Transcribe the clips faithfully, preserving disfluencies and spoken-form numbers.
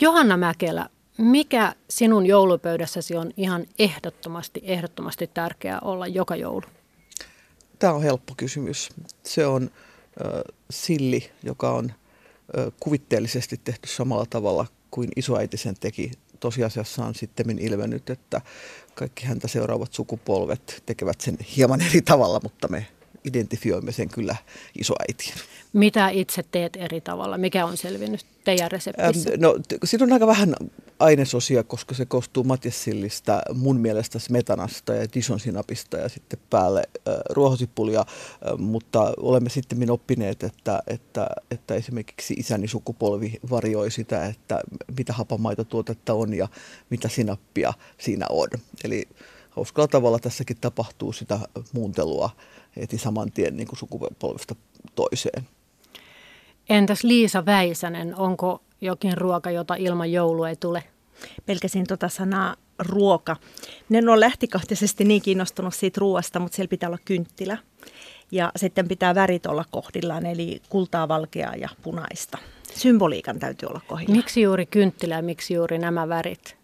Johanna Mäkelä, mikä sinun joulupöydässäsi on ihan ehdottomasti, ehdottomasti tärkeää olla joka joulu? Tämä on helppo kysymys. Se on äh, silli, joka on äh, kuvitteellisesti tehty samalla tavalla kuin isoäiti sen teki. Tosiasiassa on sitten ilmennyt, että kaikki häntä seuraavat sukupolvet tekevät sen hieman eri tavalla, mutta me identifioimme sen kyllä isoäitiin. Mitä itse teet eri tavalla? Mikä on selvinnyt teidän reseptissä? Ähm, no, siinä on aika vähän ainesosia, koska se koostuu matjessillistä, mun mielestä smetanasta ja Dijon-sinapista ja sitten päälle äh, ruohosipulia, äh, mutta olemme sitten oppineet, että, että, että esimerkiksi isäni sukupolvi varioi sitä, että mitä hapamaitotuotetta on ja mitä sinappia siinä on. Eli hauskalla tavalla tässäkin tapahtuu sitä muuntelua heti saman tien niin kuin sukupolvesta toiseen. Entäs Liisa Väisänen, onko jokin ruoka, jota ilman joulua ei tule? Pelkäsin tuota sanaa ruoka. Minä en ole lähtikohtaisesti niin kiinnostunut siitä ruoasta, mutta siellä pitää olla kynttilä. Ja sitten pitää värit olla kohdillaan, eli kultaa, valkeaa ja punaista. Symboliikan täytyy olla kohdillaan. Miksi juuri kynttilä ja miksi juuri nämä värit?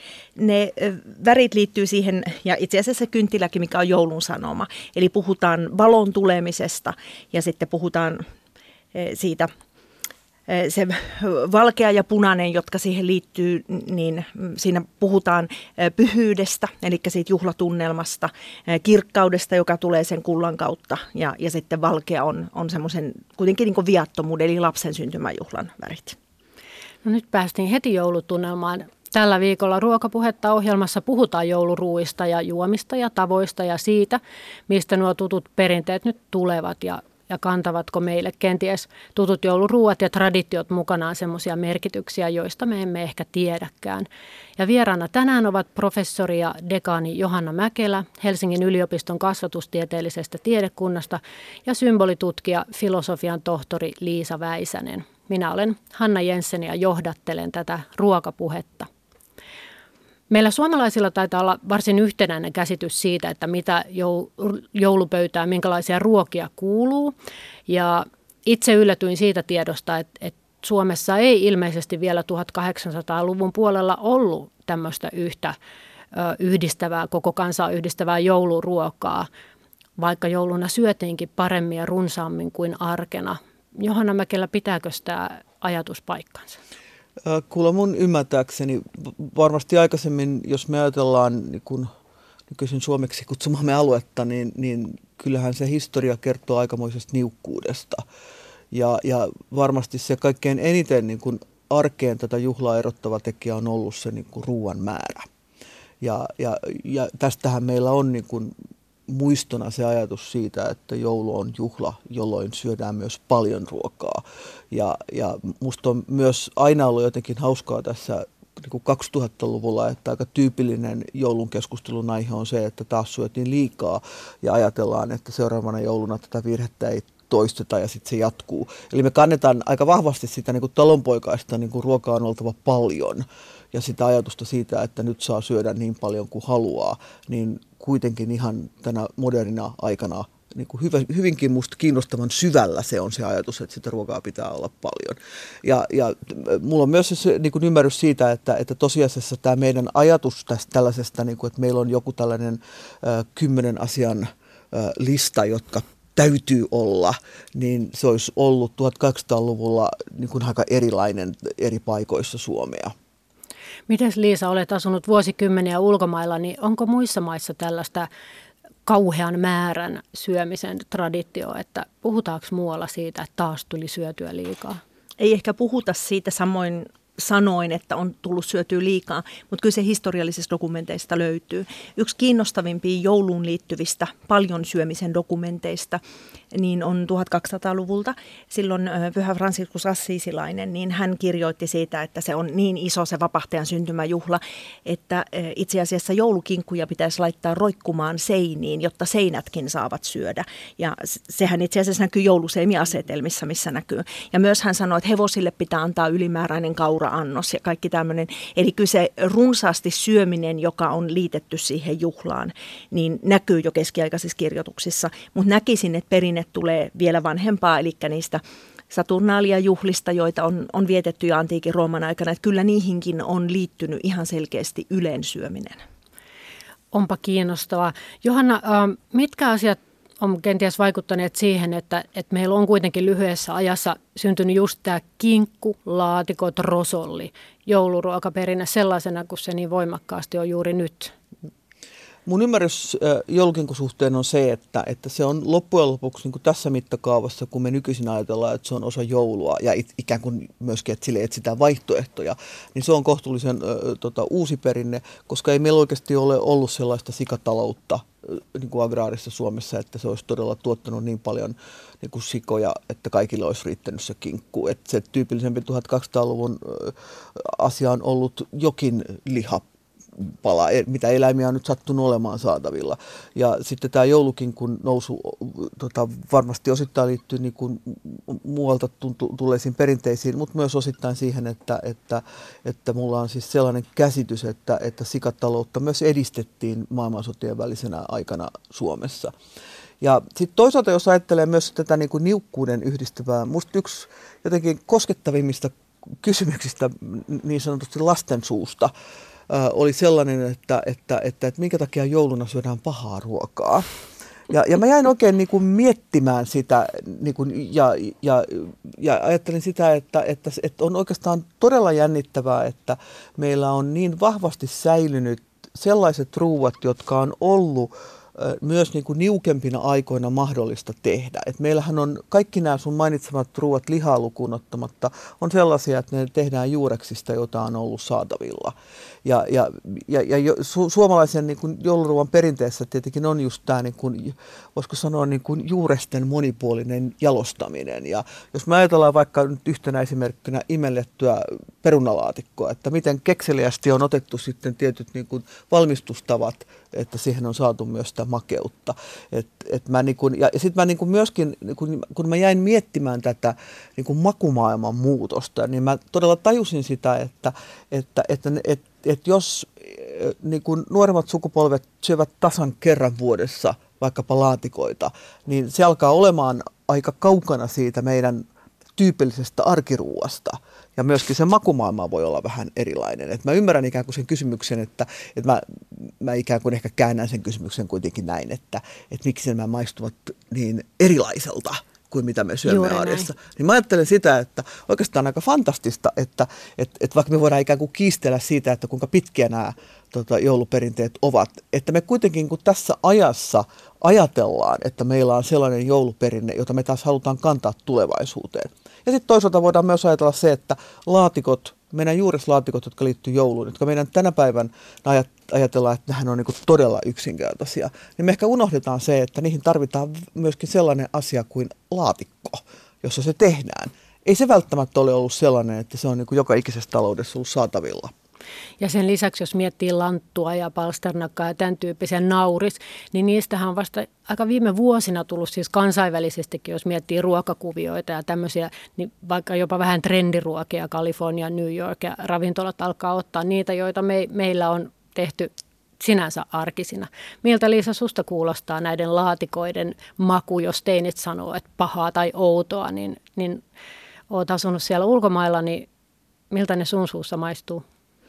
Ne värit liittyy siihen, ja itse asiassa kynttiläkin, mikä on joulun sanoma. Eli puhutaan valon tulemisesta ja sitten puhutaan siitä, se valkea ja punainen, jotka siihen liittyy, niin siinä puhutaan pyhyydestä, eli siitä juhlatunnelmasta, kirkkaudesta, joka tulee sen kullan kautta, ja, ja sitten valkea on, on semmoisen kuitenkin niin kuin viattomuuden, eli lapsen syntymäjuhlan värit. No nyt päästiin heti joulutunnelmaan. Tällä viikolla Ruokapuhetta -ohjelmassa puhutaan jouluruuista ja juomista ja tavoista ja siitä, mistä nuo tutut perinteet nyt tulevat ja, ja kantavatko meille kenties tutut jouluruuat ja traditiot mukanaan semmoisia merkityksiä, joista me emme ehkä tiedäkään. Ja vieraana tänään ovat professori ja dekaani Johanna Mäkelä Helsingin yliopiston kasvatustieteellisestä tiedekunnasta ja symbolitutkija, filosofian tohtori Liisa Väisänen. Minä olen Hanna Jensen ja johdattelen tätä ruokapuhetta. Meillä suomalaisilla taitaa olla varsin yhtenäinen käsitys siitä, että mitä joulupöytään, minkälaisia ruokia kuuluu. Ja itse yllätyin siitä tiedosta, että, että Suomessa ei ilmeisesti vielä tuhatkahdeksansataaluvun puolella ollut tämmöistä yhtä yhdistävää, koko kansaa yhdistävää jouluruokaa, vaikka jouluna syötiinkin paremmin ja runsaammin kuin arkena. Johanna Mäkelä, pitääkö tämä ajatus paikkansa? Kuulla mun ymmärtääkseni varmasti aikaisemmin, jos me ajatellaan niin kun nykyisin suomeksi kutsumamme aluetta, niin, niin kyllähän se historia kertoo aikamoisesta niukkuudesta. Ja, ja varmasti se kaikkein eniten niin kun arkeen tätä juhlaa erottava tekijä on ollut se niin kun ruuan määrä. Ja, ja, ja tästähän meillä on niin kun muistona se ajatus siitä, että joulu on juhla, jolloin syödään myös paljon ruokaa. Ja, ja musta on myös aina ollut jotenkin hauskaa tässä niin kuin kaksituhattaluvulla, että aika tyypillinen joulun keskustelun aihe on se, että taas syötiin liikaa ja ajatellaan, että seuraavana jouluna tätä virhettä ei toisteta ja sitten se jatkuu. Eli me kannetaan aika vahvasti sitä niin kuin talonpoikaista, niin kuin ruokaa on oltava paljon ja sitä ajatusta siitä, että nyt saa syödä niin paljon kuin haluaa, niin kuitenkin ihan tänä modernina aikana niin kuin hyvä, hyvinkin musta kiinnostavan syvällä se on se ajatus, että sitä ruokaa pitää olla paljon. Ja, ja mulla on myös se niin kuin ymmärrys siitä, että, että tosiasiassa tämä meidän ajatus tästä tällaisesta, niin kuin, että meillä on joku tällainen äh, kymmenen asian äh, lista, jotka täytyy olla, niin se olisi ollut tuhatkahdeksansataaluvulla niin kuin aika erilainen eri paikoissa Suomea. Mites Liisa, olet asunut vuosikymmeniä ulkomailla, niin onko muissa maissa tällaista kauhean määrän syömisen traditio, että puhutaanko muualla siitä, että taas tuli syötyä liikaa? Ei ehkä puhuta siitä samoin sanoin, että on tullut syötyä liikaa, mutta kyllä se historiallisista dokumenteista löytyy. Yksi kiinnostavimpia jouluun liittyvistä paljon syömisen dokumenteista niin on tuhatkaksisataaluvulta. Silloin Pyhä Franciscus Assisilainen, niin hän kirjoitti siitä, että se on niin iso se vapahtajan syntymäjuhla, että itse asiassa joulukinkkuja pitäisi laittaa roikkumaan seiniin, jotta seinätkin saavat syödä. Ja sehän itse asiassa näkyy jouluseimiasetelmissa, missä näkyy. Ja myös hän sanoi, että hevosille pitää antaa ylimääräinen kaura-annos ja kaikki tämmöinen. Eli kyllä se runsaasti syöminen, joka on liitetty siihen juhlaan, niin näkyy jo keskiaikaisissa kirjoituksissa. Mutta näkisin, että perinne tulee vielä vanhempaa, eli niistä Saturnalia-juhlista, joita on, on vietetty jo antiikin Rooman aikana. Että kyllä niihinkin on liittynyt ihan selkeästi yleensyöminen. Onpa kiinnostavaa. Johanna, mitkä asiat on kenties vaikuttaneet siihen, että, että meillä on kuitenkin lyhyessä ajassa syntynyt just tämä kinkku, laatikot, rosolli, jouluruokaperinne sellaisena, kun se niin voimakkaasti on juuri nyt? Mun ymmärrys joulukinkun suhteen on se, että, että se on loppujen lopuksi niin kuin tässä mittakaavassa, kun me nykyisin ajatellaan, että se on osa joulua ja it, ikään kuin myöskin, että sille etsitään vaihtoehtoja, niin se on kohtuullisen ö, tota, uusi perinne, koska ei meillä oikeasti ole ollut sellaista sikataloutta niin kuin agraarissa Suomessa, että se olisi todella tuottanut niin paljon niin kuin sikoja, että kaikille olisi riittänyt se kinkku. Että se tyypillisempi tuhatkaksisataaluvun ö, asia on ollut jokin liha. Pala, mitä eläimiä on nyt sattunut olemaan saatavilla. Ja sitten tämä joulukinkun nousu tota, varmasti osittain liittyy niin kuin muualta tulleisiin perinteisiin, mutta myös osittain siihen, että, että, että mulla on siis sellainen käsitys, että, että sikataloutta myös edistettiin maailmansotien välisenä aikana Suomessa. Ja sitten toisaalta, jos ajattelee myös tätä niin kuin niukkuuden yhdistävää, musta yksi jotenkin koskettavimmista kysymyksistä niin sanotusti lasten suusta oli sellainen, että, että, että, että minkä takia jouluna syödään pahaa ruokaa. Ja, ja mä jäin oikein niin kuin miettimään sitä niin kuin, ja, ja, ja ajattelin sitä, että, että, että on oikeastaan todella jännittävää, että meillä on niin vahvasti säilynyt sellaiset ruuat, jotka on ollut myös niin kuin niukempina aikoina mahdollista tehdä. Et meillähän on kaikki nämä sun mainitsemat ruuat lihaa lukuun ottamatta on sellaisia, että ne tehdään juureksista, jota on ollut saatavilla. Ja, ja, ja, ja su, suomalaisen niin kuin jouluruuan perinteessä tietenkin on just tämä, niin kuin, voisiko sanoa, niin kuin juuresten monipuolinen jalostaminen. Ja jos me ajatellaan vaikka nyt yhtenä esimerkkinä imellettyä perunalaatikkoa, että miten kekseliästi on otettu sitten tietyt niin kuin valmistustavat, että siihen on saatu myös sitä makeutta. Et, et mä niin kun, ja ja sitten mä niin kun myöskin, niin kun, kun mä jäin miettimään tätä niin kun makumaailman muutosta, niin mä todella tajusin sitä, että, että, että, että, että jos niin kun nuoremmat sukupolvet syövät tasan kerran vuodessa vaikkapa laatikoita, niin se alkaa olemaan aika kaukana siitä meidän tyypillisestä arkiruuasta. Ja myöskin se makumaailma voi olla vähän erilainen. Et mä ymmärrän ikään kuin sen kysymyksen, että, että mä, mä ikään kuin ehkä käännän sen kysymyksen kuitenkin näin, että, että miksi nämä maistuvat niin erilaiselta kuin mitä me syömme arjessa. Niin mä ajattelen sitä, että oikeastaan aika fantastista, että, että, että vaikka me voidaan ikään kuin kiistellä siitä, että kuinka pitkiä nämä tota, jouluperinteet ovat, että me kuitenkin kun tässä ajassa ajatellaan, että meillä on sellainen jouluperinne, jota me taas halutaan kantaa tulevaisuuteen. Ja sitten toisaalta voidaan myös ajatella se, että laatikot, meidän juureslaatikot, jotka liittyy jouluun, jotka meidän tänä päivän ajatellaan, että nehän on niin kuin todella yksinkertaisia, niin me ehkä unohdetaan se, että niihin tarvitaan myöskin sellainen asia kuin laatikko, jossa se tehdään. Ei se välttämättä ole ollut sellainen, että se on niin kuin joka ikisessä taloudessa ollut saatavilla. Ja sen lisäksi, jos miettii lanttua ja palsternakkaa ja tämän tyyppisiä nauris, niin niistähän on vasta aika viime vuosina tullut siis kansainvälisestikin, jos miettii ruokakuvioita ja tämmöisiä, niin vaikka jopa vähän trendiruokia, Kalifornia, New York ja ravintolat alkaa ottaa niitä, joita me, meillä on tehty sinänsä arkisina. Miltä Liisa susta kuulostaa näiden laatikoiden maku, jos teinit sanoo, että pahaa tai outoa, niin, niin oot asunut siellä ulkomailla, niin miltä ne sun suussa maistuu?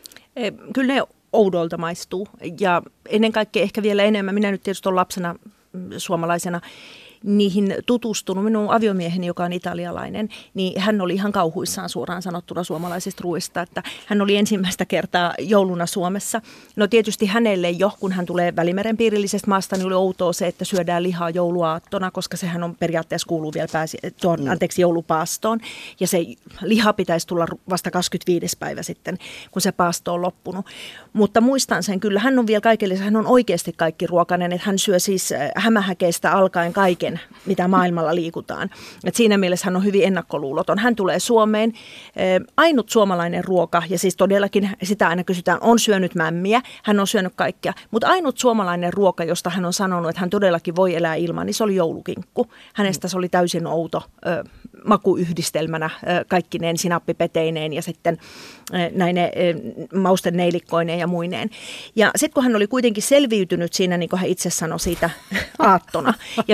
Kyllä ne oudolta maistuu ja ennen kaikkea ehkä vielä enemmän. Minä nyt tietysti olen lapsena suomalaisena niihin tutustunut. Minun aviomieheni, joka on italialainen, niin hän oli ihan kauhuissaan suoraan sanottuna suomalaisista ruuista, että hän oli ensimmäistä kertaa jouluna Suomessa. No tietysti hänelle jo, kun hän tulee Välimeren piirillisestä maasta, niin oli outoa se, että syödään lihaa jouluaattona, koska sehän on periaatteessa kuuluu vielä pääsi, tuon, anteeksi, joulupaastoon. Ja se liha pitäisi tulla vasta kaksikymmentäviides päivä sitten, kun se paasto on loppunut. Mutta muistan sen kyllä, hän on vielä kaikille, hän on oikeasti kaikki ruokainen, että hän syö siis hämähäkeistä alkaen kaiken, mitä maailmalla liikutaan. Et siinä mielessä hän on hyvin ennakkoluuloton. Hän tulee Suomeen, ainut suomalainen ruoka, ja siis todellakin sitä aina kysytään, on syönyt mämmiä, hän on syönyt kaikkea, mutta ainut suomalainen ruoka, josta hän on sanonut, että hän todellakin voi elää ilman, niin se oli joulukinkku. Hänestä se oli täysin outo ö, makuyhdistelmänä, ö, kaikkineen sinappipeteineen ja sitten ö, näine ö, mausten neilikkoineen ja muineen. Ja sitten kun hän oli kuitenkin selviytynyt siinä, niin kuin hän itse sanoi, siitä aattona, ja me menimme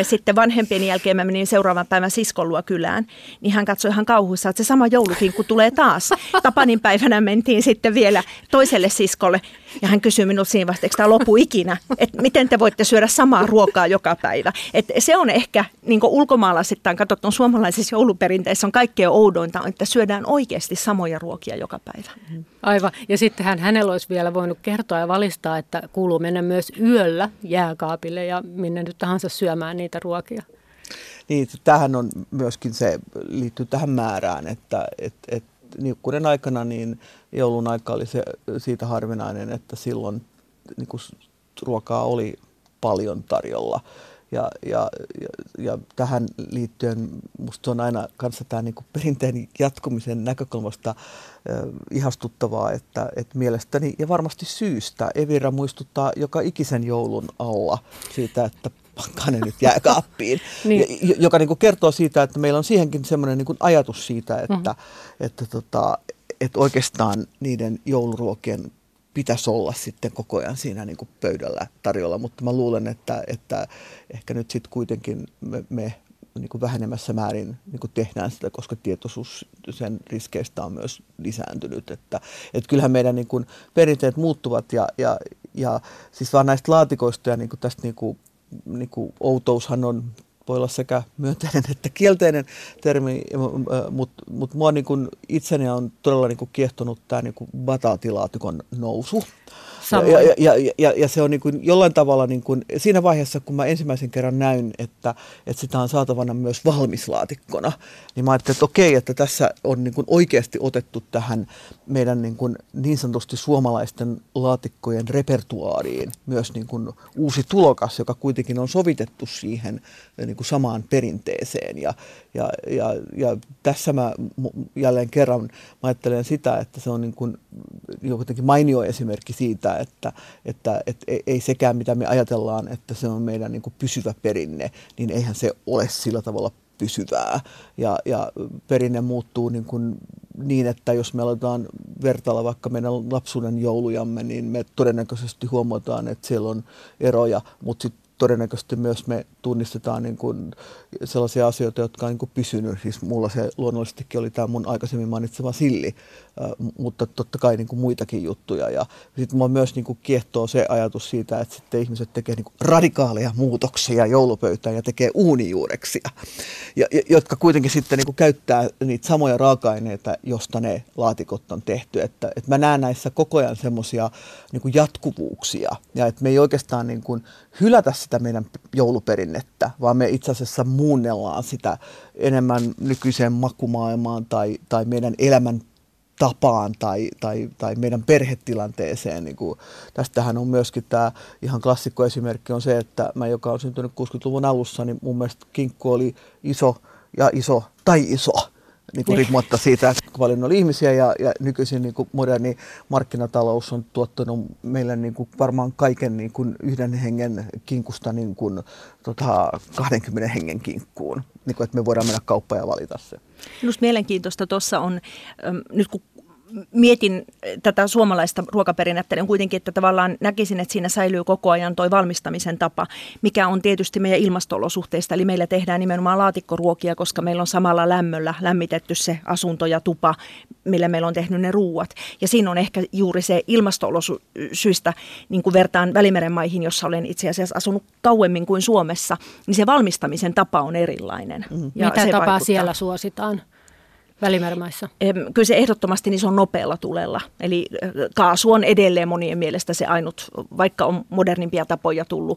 me sitten vanhempien jälkeen mä menin seuraavan päivän siskon luo kylään, niin hän katsoi ihan kauhuissa, että se sama joulukinkku tulee taas. Tapanin päivänä mentiin sitten vielä toiselle siskolle ja hän kysyi minulta siinä vasta, eikö tämä lopu ikinä, että miten te voitte syödä samaa ruokaa joka päivä. Et se on ehkä niin kuin ulkomaalaisittain katsottu suomalaisissa jouluperinteissä on kaikkein oudointa, että syödään oikeasti samoja ruokia joka päivä. Aivan. Ja sittenhän hänellä olisi vielä voinut kertoa ja valistaa, että kuuluu mennä myös yöllä jääkaapille ja minne nyt tahansa syömään niitä ruokia. Niin, tähän on myöskin se, liittyy tähän määrään, että et, et niukkuuden aikana niin joulun aika oli se, siitä harvinainen, että silloin niin kuin ruokaa oli paljon tarjolla. Ja, ja, ja, ja tähän liittyen musta on aina kanssa tämä niin kuin perinteen jatkumisen näkökulmasta äh, ihastuttavaa, että, että mielestäni ja varmasti syystä Evira muistuttaa joka ikisen joulun alla siitä, että pakkaa ne nyt jääkaappiin, niin. joka niin kuin kertoo siitä, että meillä on siihenkin semmoinen niin kuin ajatus siitä, että, mm-hmm. että, tota, että oikeastaan niiden jouluruokien pitäisi olla sitten koko ajan siinä niin kuin pöydällä tarjolla, mutta mä luulen, että, että ehkä nyt sitten kuitenkin me, me niin kuin vähenemässä määrin niin kuin tehdään sitä, koska tietoisuus sen riskeistä on myös lisääntynyt. Että, että kyllähän meidän niin kuin perinteet muuttuvat ja, ja, ja siis vaan näistä laatikoista ja niin kuin tästä niin kuin, niin kuin outoushan on, voi olla sekä myönteinen että kielteinen termi, mutta mut mua niin kuin itseni on todella niin kuin kiehtonut tämä niin kuin bataatilaatikon nousu. Ja, ja, ja, ja, ja se on niin kuin jollain tavalla niin kuin siinä vaiheessa, kun mä ensimmäisen kerran näyn, että, että sitä on saatavana myös valmislaatikkona, niin mä ajattelin, että okei, että tässä on niin kuin oikeasti otettu tähän meidän niin, kuin niin sanotusti suomalaisten laatikkojen repertuaariin myös niin kuin uusi tulokas, joka kuitenkin on sovitettu siihen niin kuin samaan perinteeseen. Ja, ja, ja, ja tässä mä jälleen kerran mä ajattelen sitä, että se on niin kuin jotenkin mainio esimerkki siitä, että, että, että ei sekään, mitä me ajatellaan, että se on meidän niin kuin pysyvä perinne, niin eihän se ole sillä tavalla pysyvää. Ja, ja perinne muuttuu niin, kuin niin, että jos me aletaan vertailla vaikka meidän lapsuuden joulujamme, niin me todennäköisesti huomataan, että siellä on eroja, mutta sitten todennäköisesti myös me tunnistetaan niin kuin sellaisia asioita, jotka on niin kuin pysynyt. Siis mulla se luonnollisestikin oli tämä mun aikaisemmin mainitsema silli, äh, mutta totta kai niin kuin muitakin juttuja. Ja sitten mua myös niin kuin kiehtoo se ajatus siitä, että sitten ihmiset tekee niin kuin radikaaleja muutoksia joulupöytään ja tekee uunijuureksia, ja, jotka kuitenkin sitten niin kuin käyttää niitä samoja raaka-aineita, josta ne laatikot on tehty. Että, että mä näen näissä koko ajan semmoisia niin kuin jatkuvuuksia ja että me ei oikeastaan niin kuin hylätä sitä meidän jouluperinnettä, vaan me itse asiassa muunnellaan sitä enemmän nykyiseen makumaailmaan tai, tai meidän elämän tapaan tai, tai, tai meidän perhetilanteeseen. Niin kuin, tästähän on myöskin tämä ihan klassikkoesimerkki on se, että mä, joka on syntynyt kuusikymmentäluvun alussa, niin mun mielestä kinkku oli iso ja iso tai iso. Niin kuin riippumatta siitä, että paljon oli ihmisiä ja, ja nykyisin niin kuin moderni markkinatalous on tuottanut meille niin kuin varmaan kaiken niin kuin yhden hengen kinkusta niin kuin, tota, kahdenkymmenen hengen kinkkuun, niin kuin, että me voidaan mennä kauppaan ja valita se. Minusta mielenkiintoista tuossa on, ähm, nyt kun mietin tätä suomalaista ruokaperinnettä, niin kuitenkin, että tavallaan näkisin, että siinä säilyy koko ajan toi valmistamisen tapa, mikä on tietysti meidän ilmasto-olosuhteista. Eli meillä tehdään nimenomaan laatikkoruokia, koska meillä on samalla lämmöllä lämmitetty se asunto ja tupa, millä meillä on tehnyt ne ruuat. Ja siinä on ehkä juuri se ilmasto-olosyistä, niin kuin vertaan Välimeren maihin, jossa olen itse asiassa asunut kauemmin kuin Suomessa, niin se valmistamisen tapa on erilainen. Mm. Ja mitä tapaa vaikuttaa. Siellä suositaan? Välimermaissa? Kyllä se ehdottomasti niin se on nopealla tulella. Eli kaasu on edelleen monien mielestä se ainut, vaikka on modernimpia tapoja tullut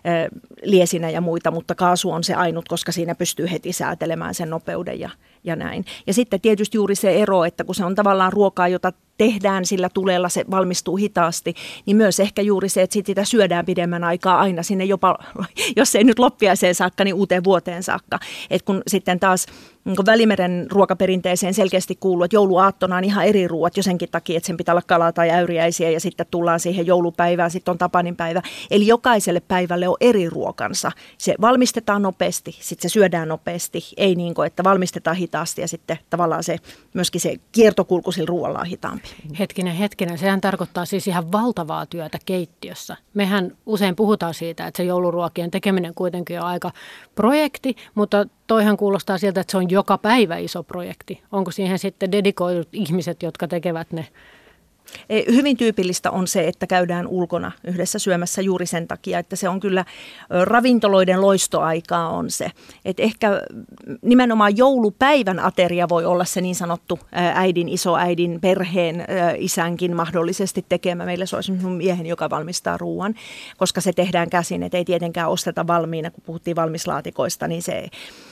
liesinä ja muita, mutta kaasu on se ainut, koska siinä pystyy heti säätelemään sen nopeuden ja, ja näin. Ja sitten tietysti juuri se ero, että kun se on tavallaan ruokaa, jota tehdään sillä tulella, se valmistuu hitaasti, niin myös ehkä juuri se, että sitä syödään pidemmän aikaa aina sinne jopa, jos ei nyt loppiaiseen saakka, niin uuteen vuoteen saakka. Et kun sitten taas niin kun Välimeren ruokaperinteeseen selkeästi kuuluu, että jouluaattona on ihan eri ruuat jo senkin takia, että sen pitää olla kalaa tai äyriäisiä ja sitten tullaan siihen joulupäivään, sitten on tapaninpäivä. Eli jokaiselle päivälle on eri ruokansa. Se valmistetaan nopeasti, sitten se syödään nopeasti, ei niin kuin, että valmistetaan hitaasti hitaasti ja sitten tavallaan se, myöskin se kiertokulku sillä ruoalla on hitaampi. Hetkinen, hetkinen. Sehän tarkoittaa siis ihan valtavaa työtä keittiössä. Mehän usein puhutaan siitä, että se jouluruokien tekeminen kuitenkin on aika projekti, mutta toihan kuulostaa siltä, että se on joka päivä iso projekti. Onko siihen sitten dedikoidut ihmiset, jotka tekevät ne? Hyvin tyypillistä on se, että käydään ulkona yhdessä syömässä juuri sen takia, että se on kyllä ravintoloiden loistoaikaa on se. Että ehkä nimenomaan joulupäivän ateria voi olla se niin sanottu äidin, isoäidin, perheen, isänkin mahdollisesti tekemä. Meillä se olisi minun miehen, joka valmistaa ruoan, koska se tehdään käsin, että ei tietenkään osteta valmiina, kun puhuttiin valmislaatikoista, niin se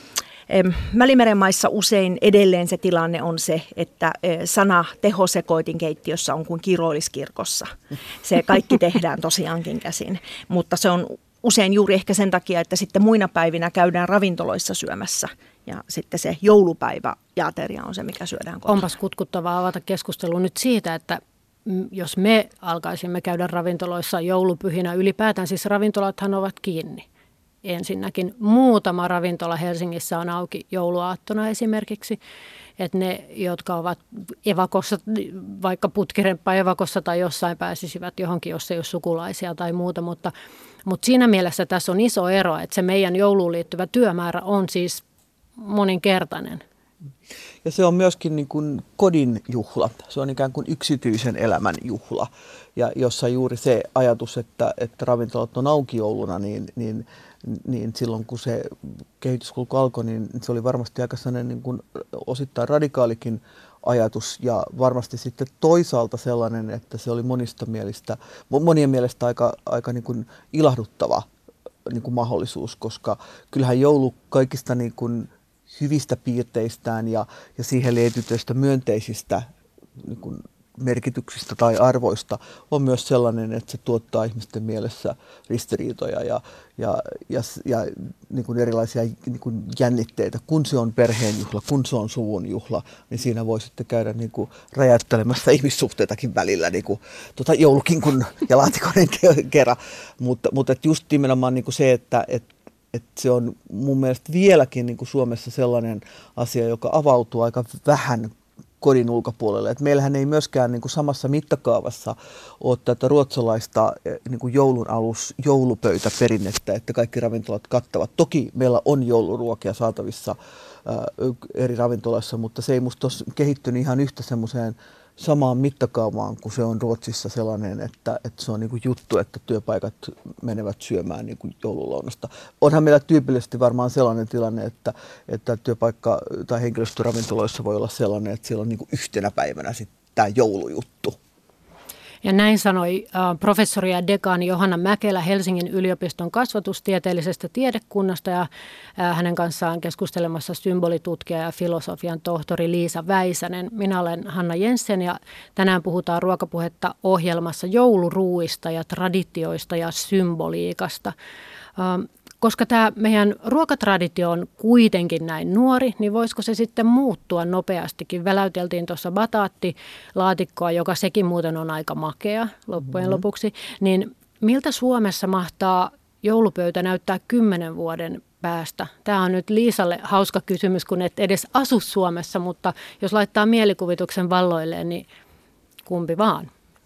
Välimeren maissa usein edelleen se tilanne on se, että sana tehosekoitin keittiössä on kuin kiroiliskirkossa. Se kaikki tehdään tosiaankin käsin, mutta se on usein juuri ehkä sen takia, että sitten muina päivinä käydään ravintoloissa syömässä ja sitten se joulupäivä ja ateria on se, mikä syödään kotona. Onpas kutkuttavaa avata keskustelua nyt siitä, että jos me alkaisimme käydä ravintoloissa joulupyhinä, ylipäätään siis ravintolathan ovat kiinni. Ensinnäkin muutama ravintola Helsingissä on auki jouluaattona esimerkiksi, että ne, jotka ovat evakossa, vaikka putkirempaa evakossa tai jossain pääsisivät johonkin, jos ei ole sukulaisia tai muuta, mutta, mutta siinä mielessä tässä on iso ero, että se meidän jouluun liittyvä työmäärä on siis moninkertainen. Ja se on myöskin niin kuin kodin juhla, se on ikään kuin yksityisen elämän juhla, ja jossa juuri se ajatus, että, että ravintolat on auki jouluna, niin, niin niin silloin kun se kehityskulku alkoi, niin se oli varmasti aika sellainen niin kuin osittain radikaalikin ajatus ja varmasti sitten toisaalta sellainen, että se oli monista mielistä, monien mielestä aika, aika niin kuin ilahduttava niin kuin mahdollisuus, koska kyllähän joulu kaikista niin kuin hyvistä piirteistään ja, ja siihen liitytyistä myönteisistä niin kuin merkityksistä tai arvoista on myös sellainen, että se tuottaa ihmisten mielessä ristiriitoja ja, ja, ja, ja niin kuin erilaisia niin kuin jännitteitä. Kun se on perheen juhla, kun se on suvun juhla, niin siinä voi sitten käydä niin kuin räjäyttelemässä ihmissuhteitakin välillä niin kuin, tuota, joulukinkun ja laatikoiden kerran. Mutta, mutta just nimenomaan niin kuin se, että et, et se on mun mielestä vieläkin niin kuin Suomessa sellainen asia, joka avautuu aika vähän kodin ulkopuolelle. Et meillähän ei myöskään niin kuin samassa mittakaavassa ole tätä ruotsalaista niin kuin joulun alus, joulupöytäperinnettä, että kaikki ravintolat kattavat. Toki meillä on jouluruokia saatavissa ää, eri ravintoloissa, mutta se ei musta ole kehittynyt ihan yhtä semmoiseen samaan mittakaavaan, kun se on Ruotsissa sellainen, että, että se on niin kuin juttu, että työpaikat menevät syömään niin kuin joululounasta. Onhan meillä tyypillisesti varmaan sellainen tilanne, että, että työpaikka- tai henkilöstöravintoloissa voi olla sellainen, että siellä on niin kuin yhtenä päivänä sitten tämä joulujuttu. Ja näin sanoi äh, professori ja dekaani Johanna Mäkelä Helsingin yliopiston kasvatustieteellisestä tiedekunnasta ja äh, hänen kanssaan keskustelemassa symbolitutkija ja filosofian tohtori Liisa Väisänen. Minä olen Hanna Jensen ja tänään puhutaan Ruokapuhetta ohjelmassa jouluruuista ja traditioista ja symboliikasta. Äh, Koska tämä meidän ruokatraditio on kuitenkin näin nuori, niin voisiko se sitten muuttua nopeastikin? Väläyteltiin tuossa bataattilaatikkoa, joka sekin muuten on aika makea loppujen mm-hmm. lopuksi. Niin miltä Suomessa mahtaa joulupöytä näyttää kymmenen vuoden päästä? Tämä on nyt Liisalle hauska kysymys, kun et edes asu Suomessa, mutta jos laittaa mielikuvituksen valloilleen, niin kumpi vaan?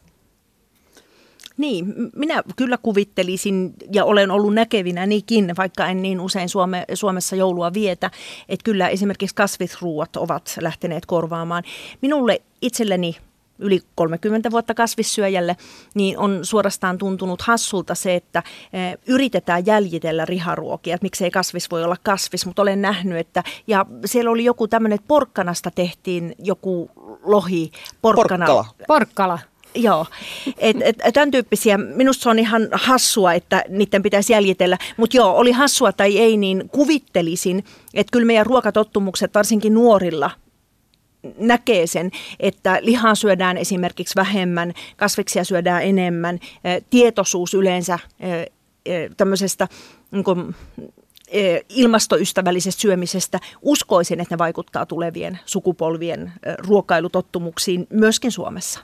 Niin, minä kyllä kuvittelisin ja olen ollut näkevinä niinkin, vaikka en niin usein Suome, Suomessa joulua vietä, että kyllä esimerkiksi kasvisruuat ovat lähteneet korvaamaan. Minulle itselleni yli kolmekymmentä vuotta kasvissyöjälle, niin on suorastaan tuntunut hassulta se, että yritetään jäljitellä riharuokia, että miksei kasvis voi olla kasvis, mutta olen nähnyt, että ja siellä oli joku tämmöinen, että porkkanasta tehtiin joku lohi, porkkana. Porkkala. Porkkala. Joo, et, et, tämän tyyppisiä, minusta se on ihan hassua, että niiden pitäisi jäljitellä, mutta joo, oli hassua tai ei, niin kuvittelisin, että kyllä meidän ruokatottumukset varsinkin nuorilla näkee sen, että lihaa syödään esimerkiksi vähemmän, kasviksia syödään enemmän, tietoisuus yleensä tämmöisestä niin kuin, ilmastoystävällisestä syömisestä, uskoisin, että ne vaikuttaa tulevien sukupolvien ruokailutottumuksiin myöskin Suomessa.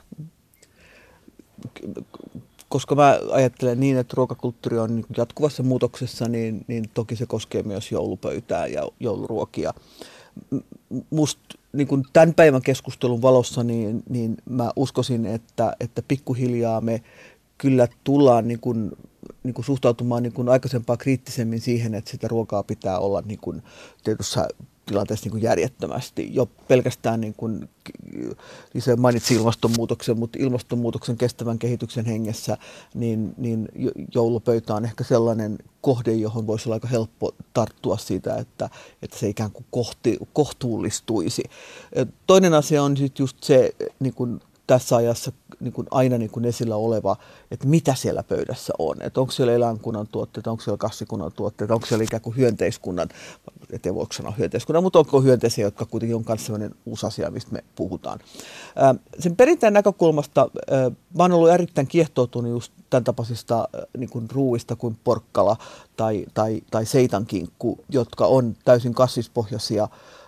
Koska mä ajattelen niin, että ruokakulttuuri on jatkuvassa muutoksessa, niin, niin toki se koskee myös joulupöytää ja jouluruokia. musta niin kuin tämän päivän keskustelun valossa, niin, niin mä uskoisin, että, että pikkuhiljaa me kyllä tullaan niin kuin, niin kuin suhtautumaan niin kuin aikaisempaa kriittisemmin siihen, että sitä ruokaa pitää olla niin kuin tietyssä tilanteessa niin kuin järjettömästi. Jo pelkästään, niin kuin, niin se mainitsi ilmastonmuutoksen, mutta ilmastonmuutoksen kestävän kehityksen hengessä, niin, niin joulupöytä on ehkä sellainen kohde, johon voisi olla aika helppo tarttua siitä, että, että se ikään kuin kohti, kohtuullistuisi. Toinen asia on sitten just se, niin kuin tässä ajassa niin kuin aina niin kuin esillä oleva, että mitä siellä pöydässä on. Että onko siellä eläinkunnan tuotteita, onko siellä kasvikunnan tuotteita, onko siellä ikään kuin hyönteiskunnan, ettei voi sanoa hyönteiskunnan, mutta onko hyönteisiä, jotka kuitenkin on myös sellainen uusi asia, mistä me puhutaan. Ää, sen perinteen näkökulmasta ää, mä oon ollut erittäin kiehtoutunut just tämän tapaisista ää, niin kuin ruuista kuin porkkala tai, tai, tai seitankinkku, jotka on täysin kasvispohjaisia,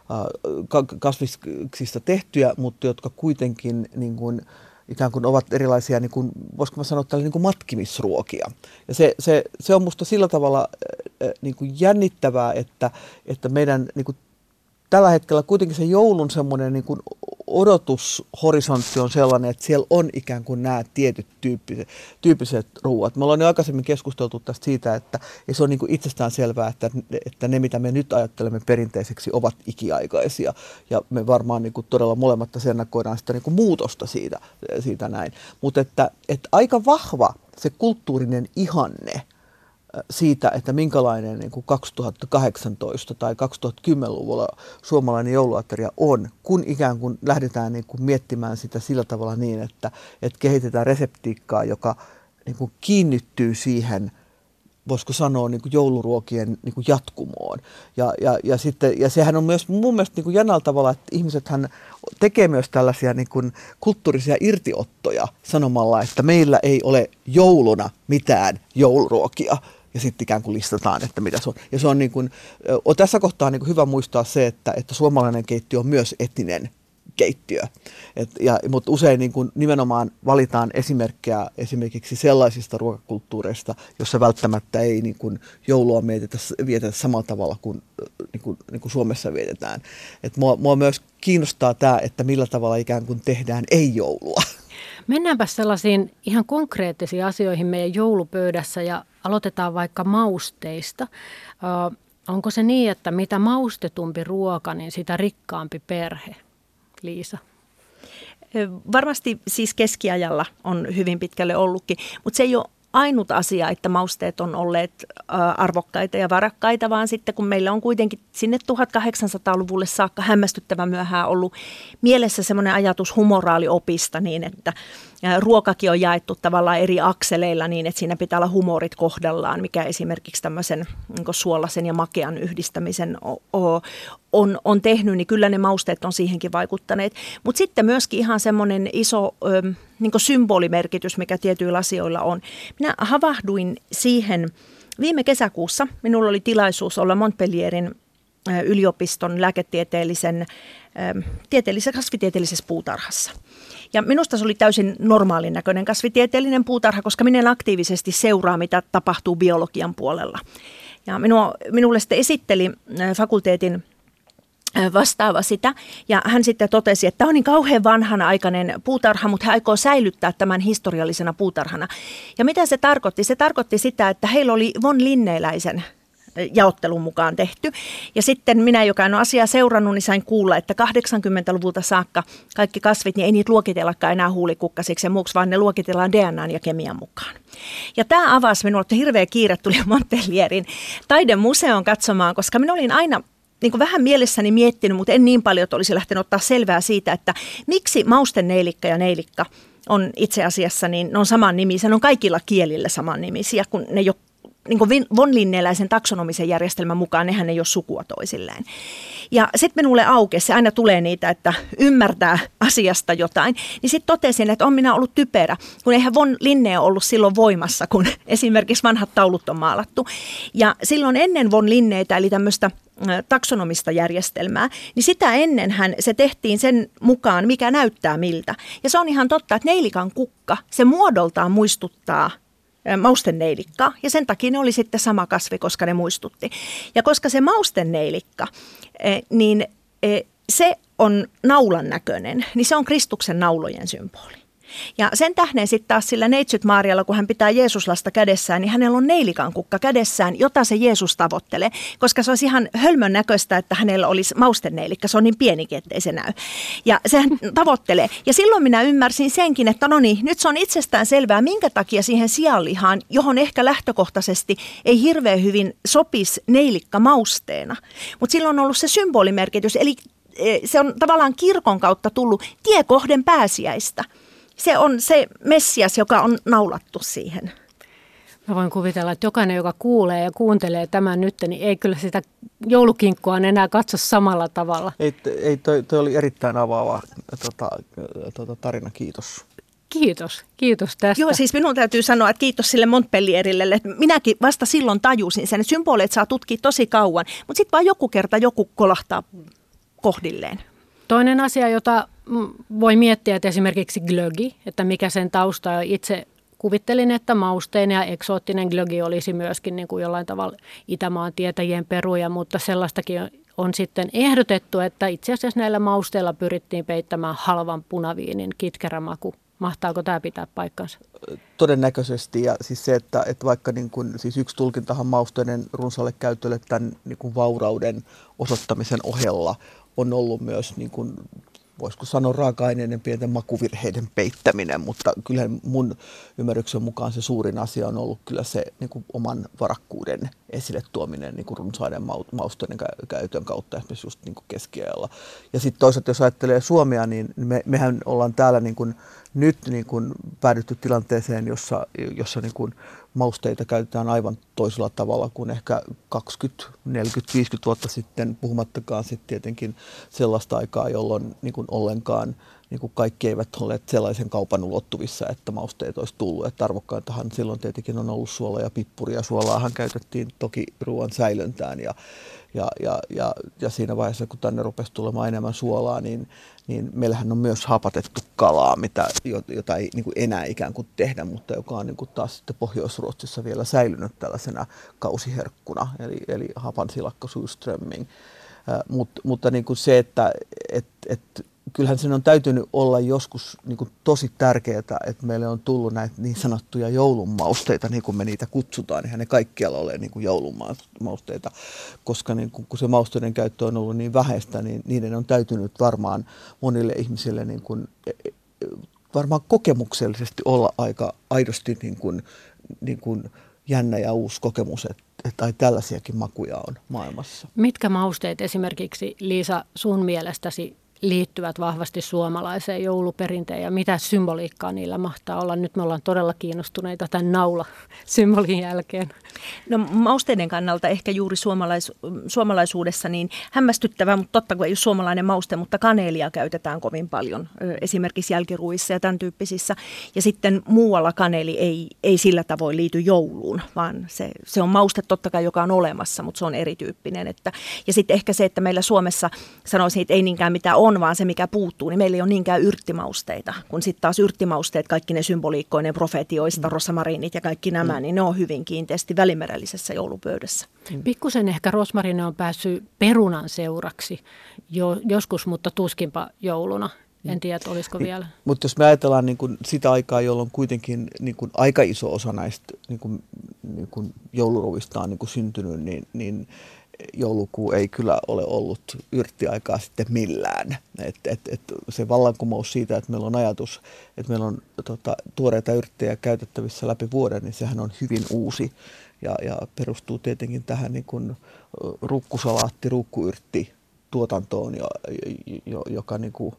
kasviksista tehtyjä, mutta jotka kuitenkin niin kuin, ikään kuin ovat erilaisia, niin kuin, voisiko mä sanoa, niin kuin matkimisruokia. Ja se, se, se on musta sillä tavalla niin kuin jännittävää, että, että meidän niin kuin, tällä hetkellä kuitenkin se joulun semmoinen niin kuin odotushorisontti on sellainen, että siellä on ikään kuin nämä tietyt tyyppiset, tyyppiset ruuat. Me ollaan jo aikaisemmin keskusteltu tästä siitä, että se on niin kuin itsestään selvää, että, että ne, mitä me nyt ajattelemme perinteiseksi, ovat ikiaikaisia. Ja me varmaan niin kuin todella molemmat tässä ennakoidaan sitä niin kuin muutosta siitä, siitä näin. Mutta että, että aika vahva se kulttuurinen ihanne siitä, että minkälainen niin kuin kaksituhattakahdeksantoista tai kaksituhattakymmenluvulla suomalainen jouluateria on, kun ikään kuin lähdetään niin kuin miettimään sitä sillä tavalla niin, että, että kehitetään reseptiikkaa, joka niin kuin kiinnittyy siihen, voisiko sanoa, niin kuin jouluruokien niin kuin jatkumoon. Ja, ja, ja, sitten, ja sehän on myös mun mielestä niin kuin jännällä tavalla, että ihmisethän tekee myös tällaisia niin kuin kulttuurisia irtiottoja sanomalla, että meillä ei ole jouluna mitään jouluruokia. Ja sitten ikään kuin listataan, että mitä se on. Ja se on, niin kuin, on tässä kohtaa niin kuin hyvä muistaa se, että, että suomalainen keittiö on myös etninen keittiö. Et, ja, mutta usein niin kuin nimenomaan valitaan esimerkkejä esimerkiksi sellaisista ruokakulttuureista, jossa välttämättä ei niin kuin joulua vietetä, vietetä samalla tavalla kuin, niin kuin, niin kuin Suomessa vietetään. Et mua, mua myös kiinnostaa tämä, että millä tavalla ikään kuin tehdään ei-joulua. Mennäänpä sellaisiin ihan konkreettisiin asioihin meidän joulupöydässä ja aloitetaan vaikka mausteista. Ö, onko se niin, että mitä maustetumpi ruoka, niin sitä rikkaampi perhe? Liisa. Varmasti siis keskiajalla on hyvin pitkälle ollutkin, mutta se ei ole ainut asia, että mausteet on olleet arvokkaita ja varakkaita, vaan sitten kun meillä on kuitenkin sinne tuhatkahdeksansataaluvulle saakka hämmästyttävän myöhään ollut mielessä semmoinen ajatus humoraaliopista niin, että ruokakin on jaettu tavallaan eri akseleilla niin, että siinä pitää olla humorit kohdallaan, mikä esimerkiksi tämmöisen niin kuin suolaisen ja makean yhdistämisen on, on tehnyt, niin kyllä ne mausteet on siihenkin vaikuttaneet. Mutta sitten myöskin ihan semmoinen iso niin kuin symbolimerkitys, mikä tietyillä asioilla on. Minä havahduin siihen viime kesäkuussa. Minulla oli tilaisuus olla Montpellierin yliopiston lääketieteellisen tieteellisessä, kasvitieteellisessä puutarhassa. Ja minusta se oli täysin normaalin näköinen kasvitieteellinen puutarha, koska minä aktiivisesti seuraa, mitä tapahtuu biologian puolella. Ja minua, minulle sitten esitteli fakulteetin vastaava sitä, ja hän sitten totesi, että tämä on niin kauhean vanhanaikainen puutarha, mutta hän aikoo säilyttää tämän historiallisena puutarhana. Ja mitä se tarkoitti? Se tarkoitti sitä, että heillä oli von Linneläisen jaottelun mukaan tehty. Ja sitten minä, joka en ole asiaa seurannut, niin sain kuulla, että kahdeksankymmentäluvulta saakka kaikki kasvit, niin ei niitä luokitellakaan enää huulikukkasiksi ja muuksi, vaan ne luokitellaan D N A:n ja kemian mukaan. Ja tämä avasi minulle, että hirveä kiire tuli Montpellierin taidemuseon katsomaan, koska minä olin aina niin kuin vähän mielessäni miettinyt, mutta en niin paljon, että olisi lähtenyt ottaa selvää siitä, että miksi maustenneilikka ja neilikka on itse asiassa, niin ne on saman nimisiä, ne on kaikilla kielillä saman nimisiä, kun ne jo niin kuin von Linneläisen taksonomisen järjestelmän mukaan, nehän ei ole sukua toisilleen. Ja sitten minulle aukesi, aina tulee niitä, että ymmärtää asiasta jotain, niin sitten totesin, että on minä ollut typerä, kun eihän von Linne ollut silloin voimassa, kun esimerkiksi vanhat taulut on maalattu. Ja silloin ennen von Linneitä, eli tämmöistä taksonomista järjestelmää, niin sitä ennenhän se tehtiin sen mukaan, mikä näyttää miltä. Ja se on ihan totta, että neilikan kukka, se muodoltaan muistuttaa maustenneilikkaa, ja sen takia ne oli sitten sama kasvi, koska ne muistutti. Ja koska se maustenneilikka, niin se on naulan näköinen, niin se on Kristuksen naulojen symboli. Ja sen tähden sitten taas sillä neitsyt Maarialla, kun hän pitää Jeesuslasta kädessään, niin hänellä on neilikan kukka kädessään, jota se Jeesus tavoittelee. Koska se olisi ihan hölmön näköistä, että hänellä olisi maustenneilikka, se on niin pienikin, ettei se näy. Ja se hän tavoittelee. Ja silloin minä ymmärsin senkin, että no niin, nyt se on itsestään selvää, minkä takia siihen sianlihaan, johon ehkä lähtökohtaisesti ei hirveän hyvin sopisi neilikka mausteena. Mutta silloin on ollut se symbolimerkitys, eli se on tavallaan kirkon kautta tullut tiekohden pääsiäistä. Se on se Messias, joka on naulattu siihen. Mä voin kuvitella, että jokainen, joka kuulee ja kuuntelee tämän nyt, niin ei kyllä sitä joulukinkkua enää katso samalla tavalla. Ei, ei toi, toi oli erittäin avaava tota, tota, tarina, kiitos. Kiitos, kiitos tästä. Joo, siis minun täytyy sanoa, että kiitos sille Montpellierille, että minäkin vasta silloin tajusin sen, että symboleet saa tutkia tosi kauan, mutta sitten vaan joku kerta joku kolahtaa kohdilleen. Toinen asia, jota voi miettiä, että esimerkiksi glögi, että mikä sen tausta on. Itse kuvittelin, että mausteinen ja eksoottinen glögi olisi myöskin niin kuin jollain tavalla Itämaan tietäjien peruja, mutta sellaistakin on sitten ehdotettu, että itse asiassa näillä mausteilla pyrittiin peittämään halvan punaviinin kitkerä maku. Mahtaako tämä pitää paikkansa? Todennäköisesti, ja siis se, että, että vaikka niin kuin, siis yksi tulkintahan mausteiden runsaalle käytölle tämän niin kuin vaurauden osoittamisen ohella on ollut myös, niin kuin, voisiko sanoa, raaka-aineiden pienten makuvirheiden peittäminen, mutta kyllähän mun ymmärryksen mukaan se suurin asia on ollut kyllä se niin kuin oman varakkuuden esille tuominen niin kuin runsaiden mausteiden käytön kautta esimerkiksi just niin kuin keskiajalla. Ja sitten toisaalta, jos ajattelee Suomea, niin me, mehän ollaan täällä niin kuin nyt niin kuin päädytty tilanteeseen, jossa, jossa niin kuin mausteita käytetään aivan toisella tavalla kuin ehkä kaksikymmentä, neljäkymmentä, viisikymmentä vuotta sitten, puhumattakaan sitten tietenkin sellaista aikaa, jolloin niin kuin ollenkaan niin kuin kaikki eivät olleet sellaisen kaupan ulottuvissa, että mausteet olisi tullut. Että arvokkaintahan silloin tietenkin on ollut suola ja pippuri, ja suolaahan käytettiin toki ruoan säilöntään. Ja, ja, ja, ja, ja siinä vaiheessa, kun tänne rupesi tulemaan enemmän suolaa, niin, niin meillähän on myös hapatettu kalaa, mitä, jota ei niin kuin enää ikään kuin tehdä, mutta joka on niin kuin taas sitten Pohjois-Ruotsissa vielä säilynyt tällaisena kausiherkkuna, eli, eli hapansilakka surströmming. Äh, Mut, mutta niin kuin se, että et, et, kyllähän sen on täytynyt olla joskus niin kuin tosi tärkeää, että meille on tullut näitä niin sanottuja joulunmausteita, niin kuin me niitä kutsutaan. Eihän ne kaikkialla ole niin kuin joulunmausteita, koska niin kuin, kun se mausteiden käyttö on ollut niin vähäistä, niin niiden on täytynyt varmaan monille ihmisille niin kuin, varmaan kokemuksellisesti olla aika aidosti niin kuin, niin kuin jännä ja uusi kokemus, että tai tällaisiakin makuja on maailmassa. Mitkä mausteet esimerkiksi, Liisa, sun mielestäsi liittyvät vahvasti suomalaiseen jouluperinteen ja mitä symboliikkaa niillä mahtaa olla? Nyt me ollaan todella kiinnostuneita tämän naula-symbolin jälkeen. No mausteiden kannalta ehkä juuri suomalais, suomalaisuudessa niin hämmästyttävä, mutta totta kai ei ole suomalainen mauste, mutta kaneelia käytetään kovin paljon esimerkiksi jälkiruuissa ja tämän tyyppisissä. Ja sitten muualla kaneeli ei, ei sillä tavoin liity jouluun, vaan se, se on mauste totta kai, joka on olemassa, mutta se on erityyppinen. Että, ja sitten ehkä se, että meillä Suomessa sanoisin, että ei niinkään mitään on, vaan se mikä puuttuu, niin meillä ei ole niinkään yrttimausteita, kun sitten taas yrttimausteet, kaikki ne symboliikkoinen profetioista, rosmarinit ja kaikki nämä, mm. niin ne on hyvin kiinteästi välimerellisessä joulupöydässä. Pikkusen ehkä rosmarini on päässyt perunan seuraksi jo, joskus, mutta tuskinpa jouluna. En tiedä, olisiko vielä. Mutta jos me ajatellaan niin kun sitä aikaa, jolloin kuitenkin niin kun aika iso osa näistä niin kun, niin kun jouluruvista on niin kun syntynyt, niin, niin joulukuu ei kyllä ole ollut yrttiaikaa sitten millään. Et, et, et se vallankumous siitä, että meillä on ajatus, että meillä on tota, tuoreita yrttejä käytettävissä läpi vuoden, niin sehän on hyvin uusi ja, ja perustuu tietenkin tähän niin kuin rukkusalaatti, rukkuyrtti tuotantoon, jo, jo, joka niin kuin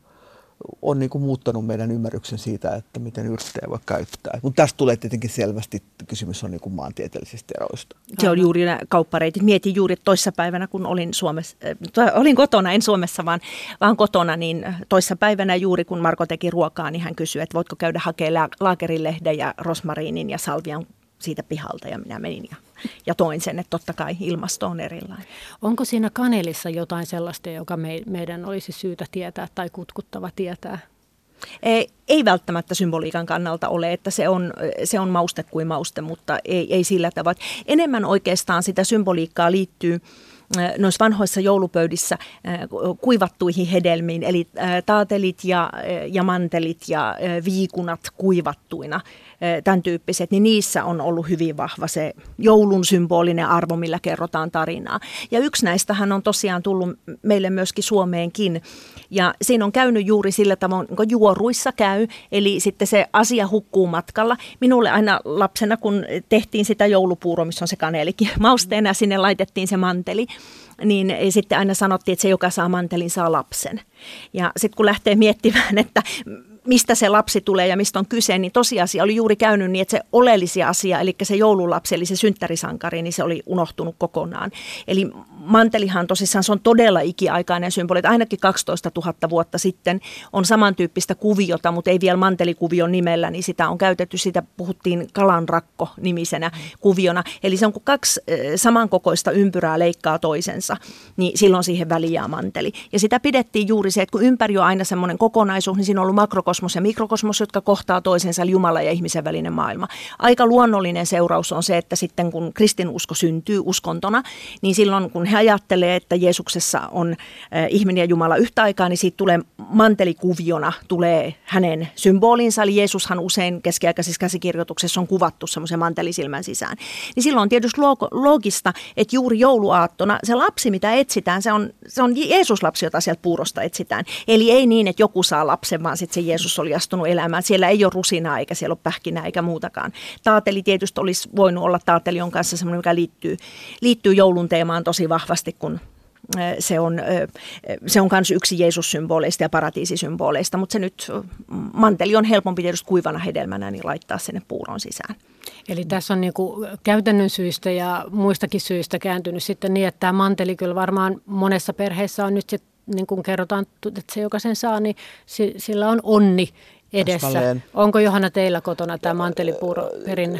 on niin kuin muuttanut meidän ymmärryksen siitä, että miten yrttejä voi käyttää. Mutta tästä tulee tietenkin selvästi, kysymys on niin kuin maantieteellisistä eroista. Se on juuri nämä kauppareitit. Mietin juuri toissapäivänä, kun olin, Suomessa, äh, olin kotona, en Suomessa, vaan, vaan kotona, niin toissapäivänä juuri kun Marko teki ruokaa, niin hän kysyi, että voitko käydä hakemaan laakerilehden ja rosmariinin ja salvian siitä pihalta, ja minä menin ja, ja toin sen, että totta kai ilmasto on erilainen. Onko siinä kaneelissa jotain sellaista, joka me, meidän olisi syytä tietää tai kutkuttava tietää? Ei, ei välttämättä symboliikan kannalta ole, että se on, se on mauste kuin mauste, mutta ei, ei sillä tavalla. Enemmän oikeastaan sitä symboliikkaa liittyy noissa vanhoissa joulupöydissä kuivattuihin hedelmiin, eli taatelit ja, ja mantelit ja viikunat kuivattuina, tämän tyyppiset, niin niissä on ollut hyvin vahva se joulun symbolinen arvo, millä kerrotaan tarinaa. Ja yksi näistähän on tosiaan tullut meille myöskin Suomeenkin, ja siinä on käynyt juuri sillä tavoin, kun juoruissa käy, eli sitten se asia hukkuu matkalla. Minulle aina lapsena, kun tehtiin sitä joulupuuroa, missä on se kanelikin mausteena, sinne laitettiin se manteli, niin sitten aina sanottiin, että se, joka saa mantelin, saa lapsen. Ja sitten kun lähtee miettimään, että mistä se lapsi tulee ja mistä on kyse, niin tosiasia oli juuri käynyt niin, että se oleellisia asia, eli se joululapsi, eli se synttärisankari, niin se oli unohtunut kokonaan. Eli mantelihan tosissaan, se on todella ikiaikainen symboli, että ainakin kaksitoista tuhatta vuotta sitten on samantyyppistä kuviota, mutta ei vielä mantelikuvion nimellä, niin sitä on käytetty, sitä puhuttiin kalanrakko-nimisenä kuviona. Eli se on kun kaksi samankokoista ympyrää leikkaa toisensa, niin silloin siihen väliin jää manteli. Ja sitä pidettiin juuri se, että kun ympäri on aina semmoinen kokonaisuus, niin siinä on ollut makrokosmos ja mikrokosmos, jotka kohtaa toisensa, eli Jumala ja ihmisen välinen maailma. Aika luonnollinen seuraus on se, että sitten kun kristinusko syntyy uskontona, niin silloin kun he ajattelee, että Jeesuksessa on äh, ihminen ja Jumala yhtä aikaa, niin siitä tulee mantelikuviona, tulee hänen symbolinsa, eli Jeesushan usein keskiaikaisissa käsikirjoituksessa on kuvattu semmoisen mantelisilmän sisään. Niin silloin on tietysti loogista, että juuri jouluaattona se lapsi, mitä etsitään, se on, se on Jeesus-lapsi, jota sieltä puurosta etsitään. Eli ei niin, että joku saa lapsen, vaan sitten se Jeesus oli astunut elämään. Siellä ei ole rusinaa, eikä siellä ole pähkinää, eikä muutakaan. Taateli tietysti olisi voinut olla taatelion kanssa semmoinen, mikä liittyy, liittyy joulun teemaan tosi vahvasti, kun se on, se on myös yksi Jeesus-symboleista ja paratiisisymboleista, mutta se nyt, manteli on helpompi tietysti kuivana hedelmänä, niin laittaa sinne puuron sisään. Eli tässä on niin kuin käytännön syistä ja muistakin syistä kääntynyt sitten niin, että tämä manteli kyllä varmaan monessa perheessä on nyt sitten, niin kuin kerrotaan, että se joka sen saa, niin sillä on onni edessä. Täsmälleen. Onko Johanna teillä kotona tämä mantelipuuro perinne?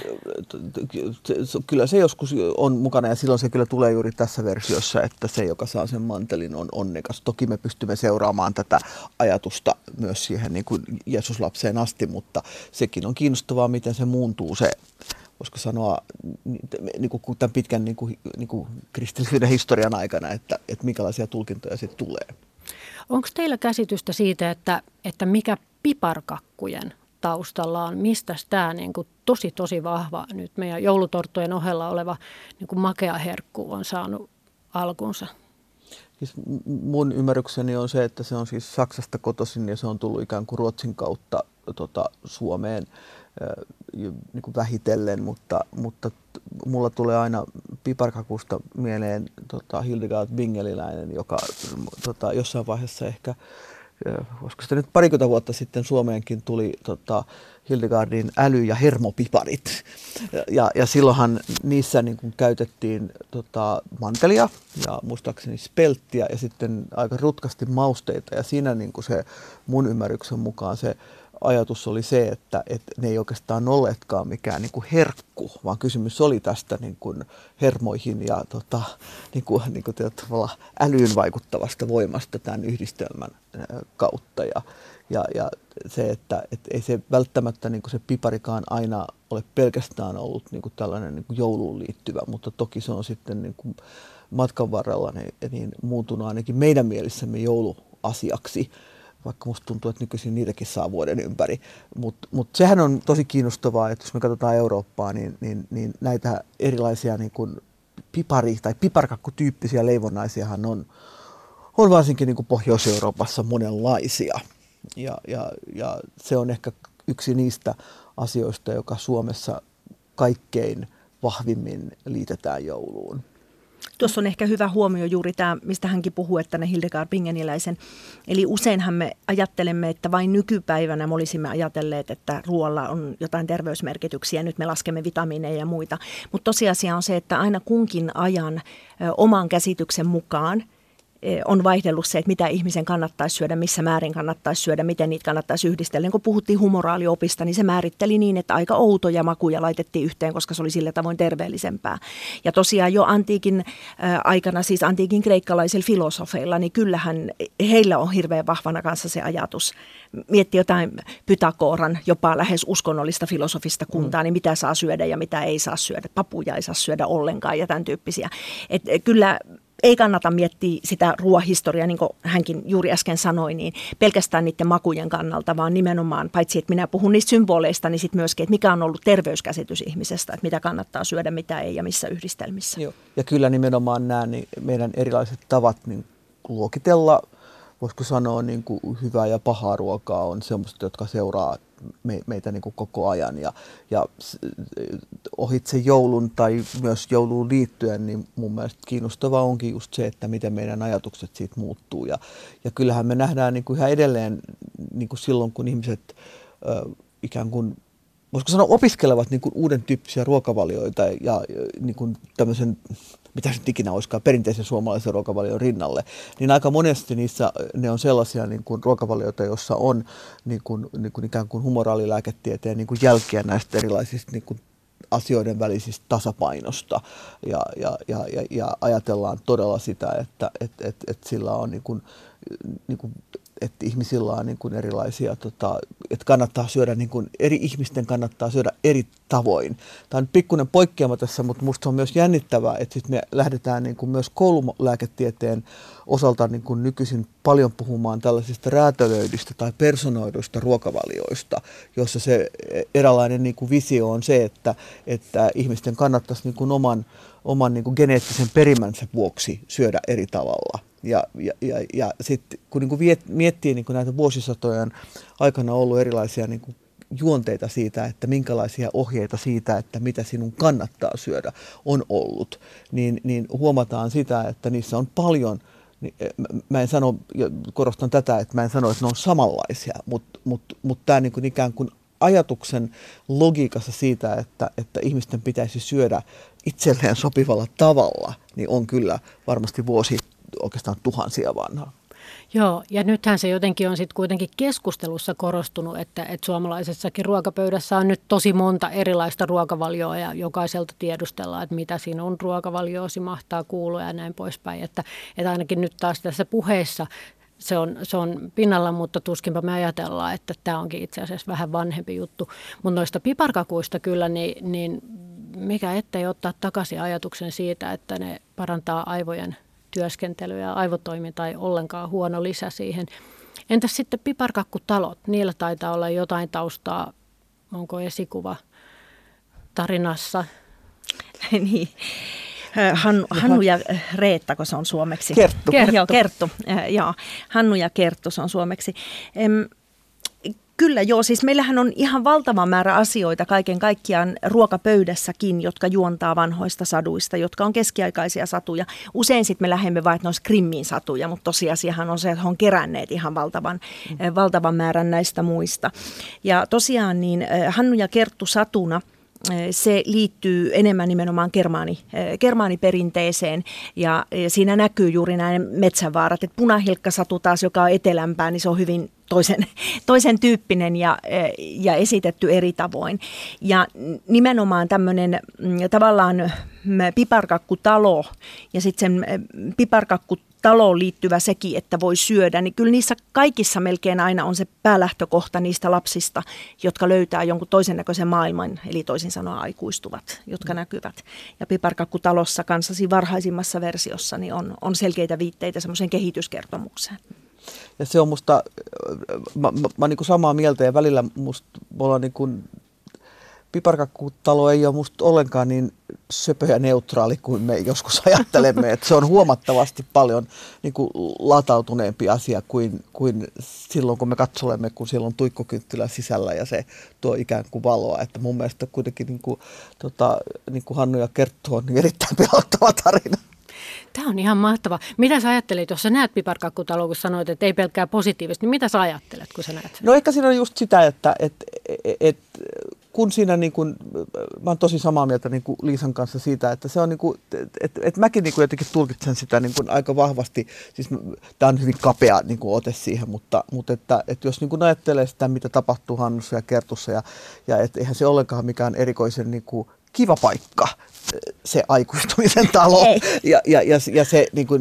Kyllä se joskus on mukana ja silloin se kyllä tulee juuri tässä versiossa, että se, joka saa sen mantelin, on onnekas. Toki me pystymme seuraamaan tätä ajatusta myös siihen niin kuin Jeesus-lapseen asti, mutta sekin on kiinnostavaa, miten se muuntuu se, voisiko sanoa, niin kuin tämän pitkän niin kuin, niin kuin kristillisyyden historian aikana, että, että minkälaisia tulkintoja se tulee. Onko teillä käsitystä siitä, että, että mikä piparkakkujen taustalla on, mistä tämä niin kuin tosi tosi vahva nyt meidän joulutorttujen ohella oleva niin kuin makea herkku on saanut alkunsa? Siis mun ymmärrykseni on se, että se on siis Saksasta kotoisin ja se on tullut ikään kuin Ruotsin kautta tota, Suomeen äh, niin kuin vähitellen, mutta, mutta mulla tulee aina piparkakusta mieleen tota, Hildegard Bingeliläinen, joka tota, jossain vaiheessa ehkä, koska sitä nyt parikymmentä vuotta sitten Suomeenkin tuli tota, Hildegardin äly- ja hermopiparit. Ja, ja silloinhan niissä niin kuin käytettiin tota, mantelia ja muistaakseni spelttiä ja sitten aika rutkasti mausteita. Ja siinä niin kuin se mun ymmärryksen mukaan se ajatus oli se, että, että ne ei oikeastaan olleetkaan mikään niin kuin herkku, vaan kysymys oli tästä niin kuin hermoihin ja tota, niin kuin, niin kuin tavallaan älyyn vaikuttavasta voimasta tämän yhdistelmän kautta. Ja, ja, ja se, että, että ei se välttämättä niin kuin se piparikaan aina ole pelkästään ollut niin kuin tällainen niin kuin jouluun liittyvä, mutta toki se on sitten niin kuin matkan varrella niin, niin muuntunut ainakin meidän mielessämme jouluasiaksi. Vaikka musta tuntuu, että nykyisin niitäkin saa vuoden ympäri. Mutta mut sehän on tosi kiinnostavaa, että jos me katsotaan Eurooppaa, niin, niin, niin näitä erilaisia niin kuin pipari- tai piparkakkutyyppisiä leivonnaisiahan on, on varsinkin niin kuin Pohjois-Euroopassa monenlaisia. Ja, ja, ja se on ehkä yksi niistä asioista, joka Suomessa kaikkein vahvimmin liitetään jouluun. Tuossa on ehkä hyvä huomio juuri tämä, mistä hänkin puhuu, että ne Hildegard Bingeniläisen. Eli useinhan me ajattelemme, että vain nykypäivänä me olisimme ajatelleet, että ruoalla on jotain terveysmerkityksiä. Nyt me laskemme vitamiineja ja muita. Mutta tosiasia on se, että aina kunkin ajan ö, oman käsityksen mukaan on vaihdellut se, että mitä ihmisen kannattaisi syödä, missä määrin kannattaisi syödä, miten niitä kannattaisi yhdistellä. Kun puhuttiin humoraaliopista, niin se määritteli niin, että aika outoja makuja laitettiin yhteen, koska se oli sillä tavoin terveellisempää. Ja tosiaan jo antiikin aikana, siis antiikin kreikkalaisilla filosofeilla, niin kyllähän heillä on hirveän vahvana kanssa se ajatus. Mietti jotain Pythagoran, jopa lähes uskonnollista filosofista kuntaa, niin mitä saa syödä ja mitä ei saa syödä. Papuja ei saa syödä ollenkaan ja tämän tyyppisiä. Et kyllä ei kannata miettiä sitä ruoahistoriaa, niin kuin hänkin juuri äsken sanoi, niin pelkästään niiden makujen kannalta, vaan nimenomaan, paitsi että minä puhun niistä symboleista, niin sitten myöskin, että mikä on ollut terveyskäsitys ihmisestä, että mitä kannattaa syödä, mitä ei ja missä yhdistelmissä. Joo. Ja kyllä nimenomaan nämä niin meidän erilaiset tavat niin luokitella, voisiko sanoa niin kuin hyvää ja pahaa ruokaa on semmoista, jotka seuraa me, meitä niin kuin koko ajan. Ja, ja ohitse joulun tai myös jouluun liittyen, niin mun mielestä kiinnostavaa onkin just se, että miten meidän ajatukset siitä muuttuu. Ja, ja kyllähän me nähdään niin kuin ihan edelleen niin kuin silloin, kun ihmiset ö, ikään kuin, voisiko sanoa, opiskelevat niin kuin uuden tyyppisiä ruokavalioita ja niin kuin tämmöisen, mitä se ikinä olisikaan, perinteisen suomalaisen ruokavalion rinnalle, niin aika monesti niissä ne on sellaisia niin kuin ruokavalioita, joissa on niin kuin, niin kuin ikään kuin humoraalilääketieteen niin kuin jälkiä näistä erilaisista niin kuin asioiden välisistä tasapainosta. Ja, ja, ja, ja, ja ajatellaan todella sitä, että et, et, et sillä on niin kuin, niin kuin, että ihmisillä on niin kuin erilaisia, tota, että kannattaa syödä, niin kuin eri ihmisten kannattaa syödä eri tavoin. Tämä on pikkuinen poikkeama tässä, mutta minusta on myös jännittävää, että sit me lähdetään niin kuin myös koululääketieteen osalta niin kuin nykyisin paljon puhumaan tällaisista räätälöidyistä tai personoiduista ruokavalioista, jossa se eräänlainen niin kuin visio on se, että, että ihmisten kannattaisi niin kuin oman, oman niin kuin geneettisen perimänsä vuoksi syödä eri tavalla. Ja, ja, ja, ja sitten kun niin kuin miettii niin kuin näitä vuosisatojen aikana ollut erilaisia niin kuin juonteita siitä, että minkälaisia ohjeita siitä, että mitä sinun kannattaa syödä, on ollut, niin, niin huomataan sitä, että niissä on paljon, mä en sano, korostan tätä, että mä en sano, että ne on samanlaisia, mutta mut, mut tämä niin kuin ikään kuin ajatuksen logiikassa siitä, että, että ihmisten pitäisi syödä itselleen sopivalla tavalla, niin on kyllä varmasti vuosi oikeastaan tuhansia vanhaa. Joo, ja nythän se jotenkin on sitten kuitenkin keskustelussa korostunut, että, että suomalaisessakin ruokapöydässä on nyt tosi monta erilaista ruokavalioa ja jokaiselta tiedustellaan, että mitä siinä on ruokavalioosi mahtaa kuulua ja näin poispäin. Että, että ainakin nyt taas tässä puheessa se on, se on pinnalla, mutta tuskinpa me ajatellaan, että tämä onkin itse asiassa vähän vanhempi juttu. Mutta noista piparkakuista kyllä, niin, niin mikä ettei ottaa takaisin ajatuksen siitä, että ne parantaa aivojen työskentelyä ja aivotoiminta ei ollenkaan huono lisä siihen. Entäs sitten piparkakkutalot? Niillä taitaa olla jotain taustaa. Onko esikuva tarinassa? Niin. Hannu, Hannu ja Reetta, kun se on suomeksi. Kerttu. Kerttu. Joo, Kerttu. Joo, Hannu ja Kerttu se on suomeksi. Em, Kyllä joo, siis meillähän on ihan valtava määrä asioita kaiken kaikkiaan ruokapöydässäkin, jotka juontaa vanhoista saduista, jotka on keskiaikaisia satuja. Usein sitten me lähdemme vain, että ne olisi Krimmin satuja, mutta tosiasiahan on se, että he on keränneet ihan valtavan, mm. valtavan määrän näistä muista. Ja tosiaan niin Hannu ja Kerttu satuna, se liittyy enemmän nimenomaan germaani, germaaniperinteeseen ja siinä näkyy juuri näin metsänvaarat. Et punahilkkasatu taas, joka on etelämpää, niin se on hyvin toisen, toisen tyyppinen ja, ja esitetty eri tavoin. Ja nimenomaan tämmöinen tavallaan piparkakkutalo ja sitten sen piparkakkutaloon liittyvä sekin, että voi syödä, niin kyllä niissä kaikissa melkein aina on se päälähtökohta niistä lapsista, jotka löytää jonkun toisen näköisen maailman, eli toisin sanoen aikuistuvat, jotka mm. näkyvät. Ja piparkakkutalossa kanssasi varhaisimmassa versiossa niin on, on selkeitä viitteitä semmoiseen kehityskertomukseen. Ja se on musta, mä, mä, mä niin kuin samaa mieltä ja välillä musta ollaan niin kuin, piparkakkutalo ei ole musta ollenkaan niin söpö ja neutraali kuin me joskus ajattelemme, että se on huomattavasti paljon niin kuin latautuneempi asia kuin, kuin silloin, kun me katsolemme, kun siellä on tuikkokynttilä sisällä ja se tuo ikään kuin valoa. Että mun mielestä kuitenkin niin kuin, tota, niin kuin Hannu ja Kerttu on erittäin pelottava tarina. Tämä on ihan mahtavaa. Mitä sä ajattelit, jos sä näet piparkakkutaloa, kun sanoit, että ei pelkkää positiivisesti, niin mitä sä ajattelet, kun sä näet? No ehkä siinä on just sitä, että et, et, kun siinä niin kuin, mä oon tosi samaa mieltä niin kuin Liisan kanssa siitä, että se on niin kuin, että et mäkin niin kuin jotenkin tulkitsen sitä niin kuin aika vahvasti, siis tämä on hyvin kapea niin kuin ote siihen, mutta, mutta että, että jos niin kuin ajattelee sitä, mitä tapahtuu Hannussa ja Kertussa ja, ja et eihän se ollenkaan mikään erikoisen niin kuin kiva paikka, se aikuistumisen talo ja, ja, ja, ja se niin kuin,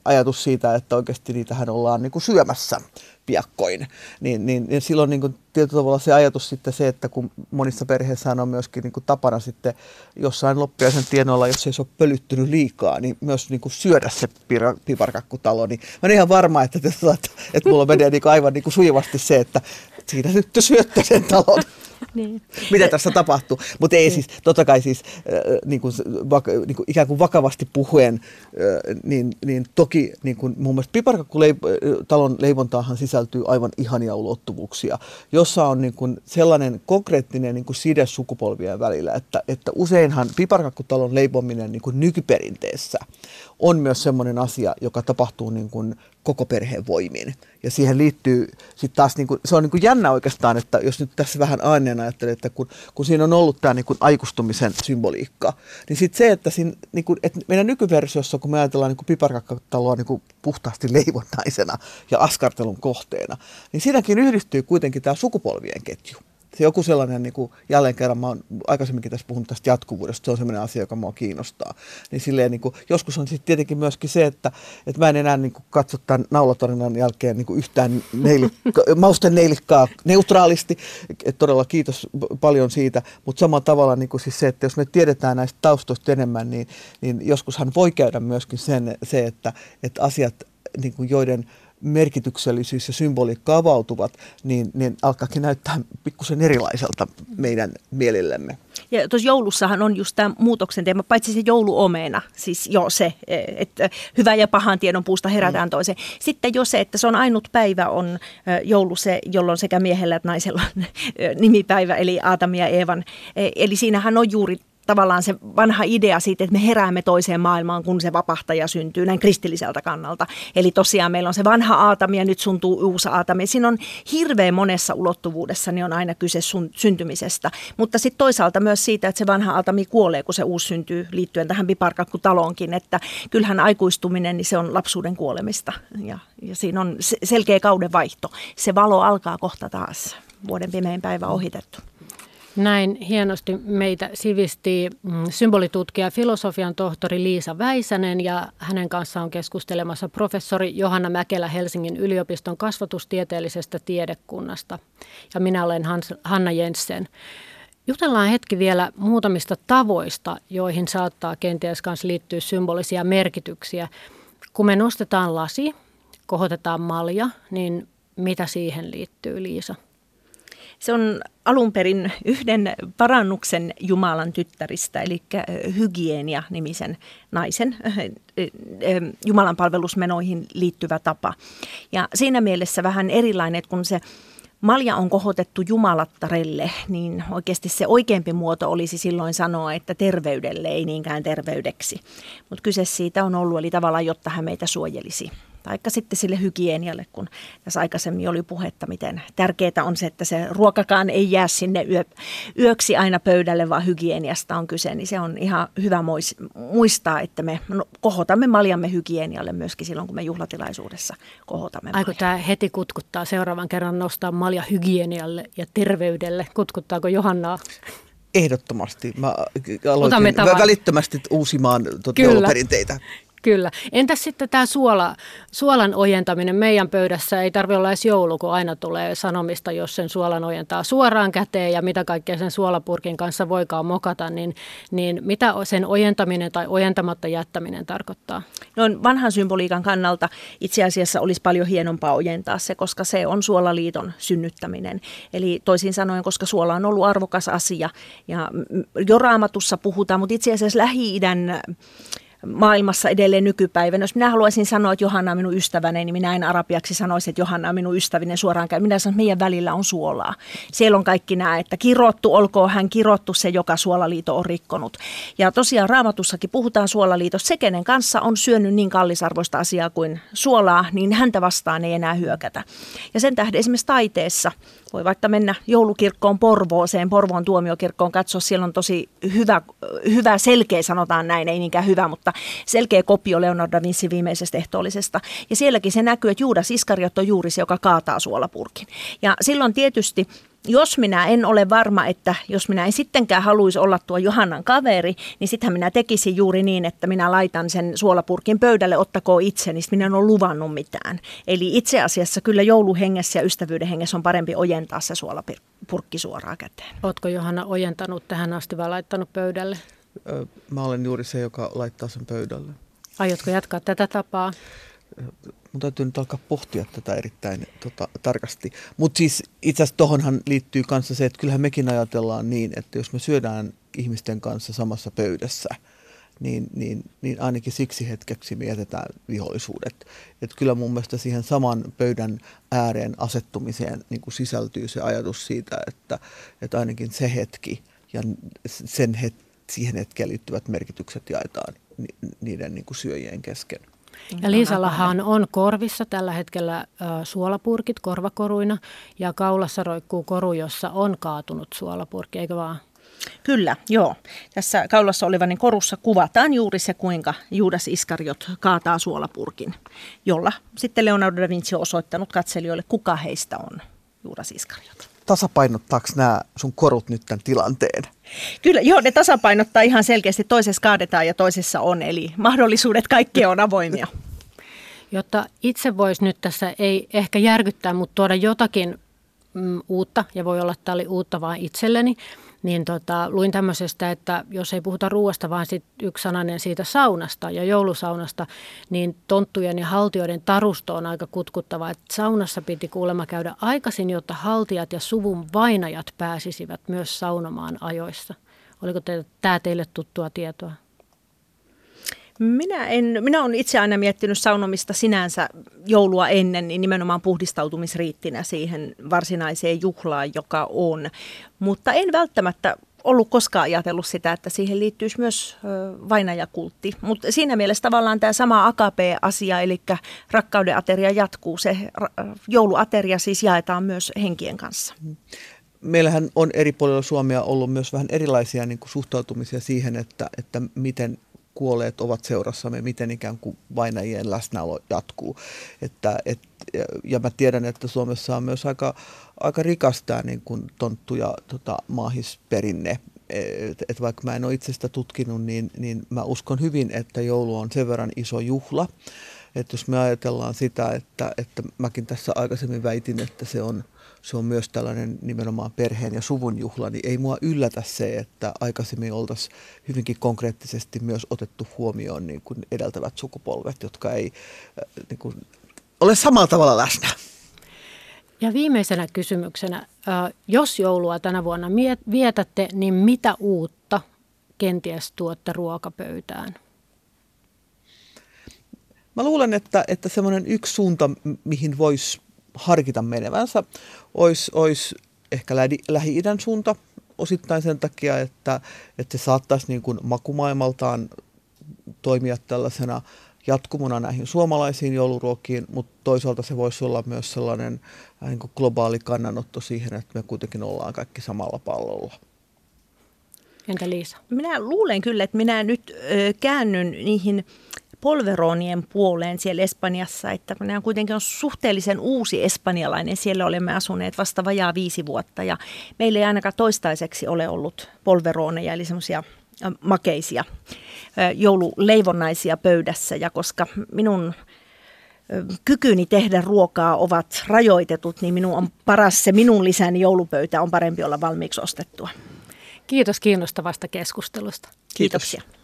ajatus siitä, että oikeasti niitähän ollaan niin kuin syömässä piakkoin, niin, niin, niin silloin niin kuin tietyllä tavalla se ajatus sitten se, että kun monissa perheissä on myöskin niin kuin tapana sitten jossain loppiaisen tienoilla, jos ei se ole pölyttynyt liikaa, niin myös niin kuin syödä se piparkakkutalo, niin mä olen ihan varma, että, että, että mulla menee niin kuin aivan niin kuin sujuvasti se, että siinä nyt syötte sen talon. Niin. Mitä tässä tapahtuu. Mutta ei siis, totta kai siis äh, niin kuin, vaka, niin kuin ikään kuin vakavasti puhuen, äh, niin, niin toki niin kuin, mun mielestä piparkakkutalon leivontaahan sisältyy aivan ihania ulottuvuuksia, jossa on niin kuin sellainen konkreettinen niin kuin side sukupolvien välillä, että, että useinhan piparkakkutalon leipominen niin kuin nykyperinteessä on myös semmoinen asia, joka tapahtuu niin kuin koko perheen voimin. Ja siihen liittyy sitten taas, niin kuin, se on niin kuin jännä oikeastaan, että jos nyt tässä vähän aineen ajattelee, että kun, kun siinä on ollut tämä niin kuin aikustumisen symboliikka, niin sitten se, että, siinä, niin kuin, että meidän nykyversiossa, kun me ajatellaan niin kuin piparkakkutaloa niin kuin puhtaasti leivonnaisena ja askartelun kohteena, niin siinäkin yhdistyy kuitenkin tämä sukupolvien ketju. Se joku sellainen, niin kuin jälleen kerran, mä oon aikaisemminkin tässä puhunut tästä jatkuvuudesta, se on sellainen asia, joka mua kiinnostaa. Niin silleen, niin kuin, joskus on sitten tietenkin myöskin se, että, että mä en enää niin kuin katso tämän naulatarinan jälkeen niin kuin yhtään neilikka, mausten neilikkaa neutraalisti. Et todella kiitos paljon siitä, mutta samalla tavalla niin kuin siis se, että jos me tiedetään näistä taustoista enemmän, niin, niin joskushan voi käydä myöskin sen, se, että, että asiat, niin kuin joiden merkityksellisyys ja symboliikka avautuvat, niin, niin alkaakin näyttää pikkusen erilaiselta meidän mielillemme. Ja tuossa joulussahan on just tämä muutoksen teema, paitsi se jouluomena, siis jo se, että hyvän ja pahan tiedon puusta herätään toiseen. Sitten jo se, että se on ainut päivä on joulu se, jolloin sekä miehellä että naisella on nimipäivä, eli Aatamin ja Eevan. Eli siinähän on juuri tavallaan se vanha idea siitä, että me heräämme toiseen maailmaan, kun se vapahtaja syntyy näin kristilliseltä kannalta. Eli tosiaan meillä on se vanha Aatami ja nyt suntuu uusi Aatami. Siinä on hirveän monessa ulottuvuudessa, niin on aina kyse sun syntymisestä. Mutta sitten toisaalta myös siitä, että se vanha Aatami kuolee, kun se uusi syntyy liittyen tähän piparkakkutaloonkin. Että kyllähän aikuistuminen, niin se on lapsuuden kuolemista ja, ja siinä on selkeä kauden vaihto. Se valo alkaa kohta taas. Vuoden pimein päivä ohitettu. Näin hienosti meitä sivisti symbolitutkija ja filosofian tohtori Liisa Väisänen ja hänen kanssaan on keskustelemassa professori Johanna Mäkelä Helsingin yliopiston kasvatustieteellisestä tiedekunnasta. Ja minä olen Hans, Hanna Jensen. Jutellaan hetki vielä muutamista tavoista, joihin saattaa kenties myös liittyä symbolisia merkityksiä. Kun me nostetaan lasi, kohotetaan malja, niin mitä siihen liittyy, Liisa? Se on alun perin yhden parannuksen Jumalan tyttäristä, eli Hygienia-nimisen naisen Jumalan palvelusmenoihin liittyvä tapa. Ja siinä mielessä vähän erilainen, että kun se malja on kohotettu jumalattarelle, niin oikeasti se oikeampi muoto olisi silloin sanoa, että terveydelle, ei niinkään terveydeksi. Mutta kyse siitä on ollut, eli tavallaan jotta hän meitä suojelisi. Taikka sitten sille hygienialle, kun tässä aikaisemmin oli puhetta, miten tärkeää on se, että se ruokakaan ei jää sinne yö, yöksi aina pöydälle, vaan hygieniasta on kyse. Niin se on ihan hyvä muistaa, että me kohotamme maljamme hygienialle myöskin silloin, kun me juhlatilaisuudessa kohotamme malja. Aiko tämä heti kutkuttaa seuraavan kerran nostaa malja hygienialle ja terveydelle? Kutkuttaako Johannaa? Ehdottomasti. Mä aloitin välittömästi uusimaan tuota jouluperinteitä. Kyllä. Entäs sitten tämä suola, suolan ojentaminen meidän pöydässä? Ei tarvitse olla edes joulu, kun aina tulee sanomista, jos sen suolan ojentaa suoraan käteen ja mitä kaikkea sen suolapurkin kanssa voikaan mokata, niin, niin mitä sen ojentaminen tai ojentamatta jättäminen tarkoittaa? No vanhan symboliikan kannalta itse asiassa olisi paljon hienompaa ojentaa se, koska se on suolaliiton synnyttäminen. Eli toisin sanoen, koska suola on ollut arvokas asia ja jo Raamatussa puhutaan, mutta itse asiassa Lähi-idän maailmassa edelleen nykypäivänä. Jos minä haluaisin sanoa, että Johanna on minun ystäväni, niin minä en arabiaksi sanoisi, että Johanna on minun ystävinen suoraan käy. Minä sanon, että meidän välillä on suolaa. Siellä on kaikki nämä, että kirottu, olkoon hän kirottu se, joka suolaliito on rikkonut. Ja tosiaan Raamatussakin puhutaan suolaliitosta. Se, kenen kanssa on syönyt niin kallisarvoista asiaa kuin suolaa, niin häntä vastaan ei enää hyökätä. Ja sen tähden esimerkiksi taiteessa voi vaikka mennä joulukirkkoon Porvooseen, Porvoon tuomiokirkkoon katsoa. Siellä on tosi hyvä, hyvä selkeä, sanotaan näin, ei niinkään hyvä, mutta selkeä kopio Leonardo da Vincin viimeisestä ehtoollisesta. Ja sielläkin se näkyy, että Juudas Iskariot on juuri se, joka kaataa suolapurkin. Ja silloin tietysti jos minä en ole varma, että jos minä en sittenkään haluaisi olla tuo Johannan kaveri, niin sittenhän minä tekisin juuri niin, että minä laitan sen suolapurkin pöydälle, ottakoon itse, niin minä en ole luvannut mitään. Eli itse asiassa kyllä jouluhengessä ja ystävyyden hengessä on parempi ojentaa se suolapurkki suoraan käteen. Oletko Johanna ojentanut tähän asti vai laittanut pöydälle? Mä olen juuri se, joka laittaa sen pöydälle. Aiotko jatkaa tätä tapaa? Mun täytyy nyt alkaa pohtia tätä erittäin tota, tarkasti. Mutta siis itse asiassa tohonhan liittyy kanssa se, että kyllähän mekin ajatellaan niin, että jos me syödään ihmisten kanssa samassa pöydässä, niin, niin, niin ainakin siksi hetkeksi me jätetään vihollisuudet. Että kyllä mun mielestä siihen saman pöydän ääreen asettumiseen niin kuin sisältyy se ajatus siitä, että, että ainakin se hetki ja sen het, siihen hetkeen liittyvät merkitykset jaetaan niiden niin kuin syöjien kesken. Ja Liisallahan on korvissa tällä hetkellä ä, suolapurkit korvakoruina ja kaulassa roikkuu koru, jossa on kaatunut suolapurkki, eikö vaan? Kyllä, joo. Tässä kaulassa olevan korussa kuvataan juuri se, kuinka Juudas Iskariot kaataa suolapurkin, jolla sitten Leonardo da Vinci on osoittanut katselijoille, kuka heistä on Juudas Iskariot. Tasapainottaako nämä sun korut nyt tämän tilanteen? Kyllä, joo, ne tasapainottaa ihan selkeästi. Toisessa kaadetaan ja toisessa on, eli mahdollisuudet kaikki on avoimia. Jotta itse voisi nyt tässä, ei ehkä järkyttää, mutta tuoda jotakin mm, uutta, ja voi olla, että tämä oli uutta vain itselleni, niin tota, luin tämmöisestä, että jos ei puhuta ruoasta, vaan sit yksi sananen siitä saunasta ja joulusaunasta, niin tonttujen ja haltijoiden tarusto on aika kutkuttava. Että saunassa piti kuulemma käydä aikaisin, jotta haltijat ja suvun vainajat pääsisivät myös saunomaan ajoissa. Oliko tämä teille tuttua tietoa? Minä, en, minä olen itse aina miettinyt saunomista sinänsä joulua ennen, niin nimenomaan puhdistautumisriittinä siihen varsinaiseen juhlaan, joka on. Mutta en välttämättä ollut koskaan ajatellut sitä, että siihen liittyisi myös vainajakultti. Mutta siinä mielessä tavallaan tämä sama agape-asia, eli rakkauden ateria jatkuu. Se jouluateria siis jaetaan myös henkien kanssa. Meillähän on eri puolilla Suomea ollut myös vähän erilaisia niin kuin suhtautumisia siihen, että, että miten kuolleet ovat seurassamme, miten ikään kuin vainajien läsnäolo jatkuu. Että, et, ja mä tiedän, että Suomessa on myös aika, aika rikas tämä niin kuin tonttu- ja tota, maahisperinne. Että et vaikka mä en ole itse sitä tutkinut, niin, niin mä uskon hyvin, että joulu on sen verran iso juhla. Että jos me ajatellaan sitä, että, että mäkin tässä aikaisemmin väitin, että se on Se on myös tällainen nimenomaan perheen ja suvun juhla, niin ei mua yllätä se, että aikaisemmin oltaisiin hyvinkin konkreettisesti myös otettu huomioon niin kuin edeltävät sukupolvet, jotka ei niin kuin ole samalla tavalla läsnä. Ja viimeisenä kysymyksenä, jos joulua tänä vuonna vietätte, niin mitä uutta kenties tuotte ruokapöytään? Mä luulen, että, että semmoinen yksi suunta, mihin voisi harkita menevänsä, olisi, olisi ehkä Lähi-idän suunta osittain sen takia, että, että se saattaisi niin kuin makumaailmaltaan toimia tällaisena jatkumona näihin suomalaisiin jouluruokiin, mutta toisaalta se voisi olla myös sellainen niin kuin globaali kannanotto siihen, että me kuitenkin ollaan kaikki samalla pallolla. Entä Liisa? Minä luulen kyllä, että minä nyt ö, käännyn niihin polveronien puoleen siellä Espanjassa, että minä kuitenkin on suhteellisen uusi espanjalainen. Siellä olemme asuneet vasta vajaa viisi vuotta ja meillä ei ainakaan toistaiseksi ole ollut polveroneja, eli semmoisia makeisia joululeivonnaisia pöydässä. Ja koska minun kykyni tehdä ruokaa ovat rajoitetut, niin minun on paras se minun lisäni joulupöytä on parempi olla valmiiksi ostettua. Kiitos kiinnostavasta keskustelusta. Kiitos. Kiitoksia.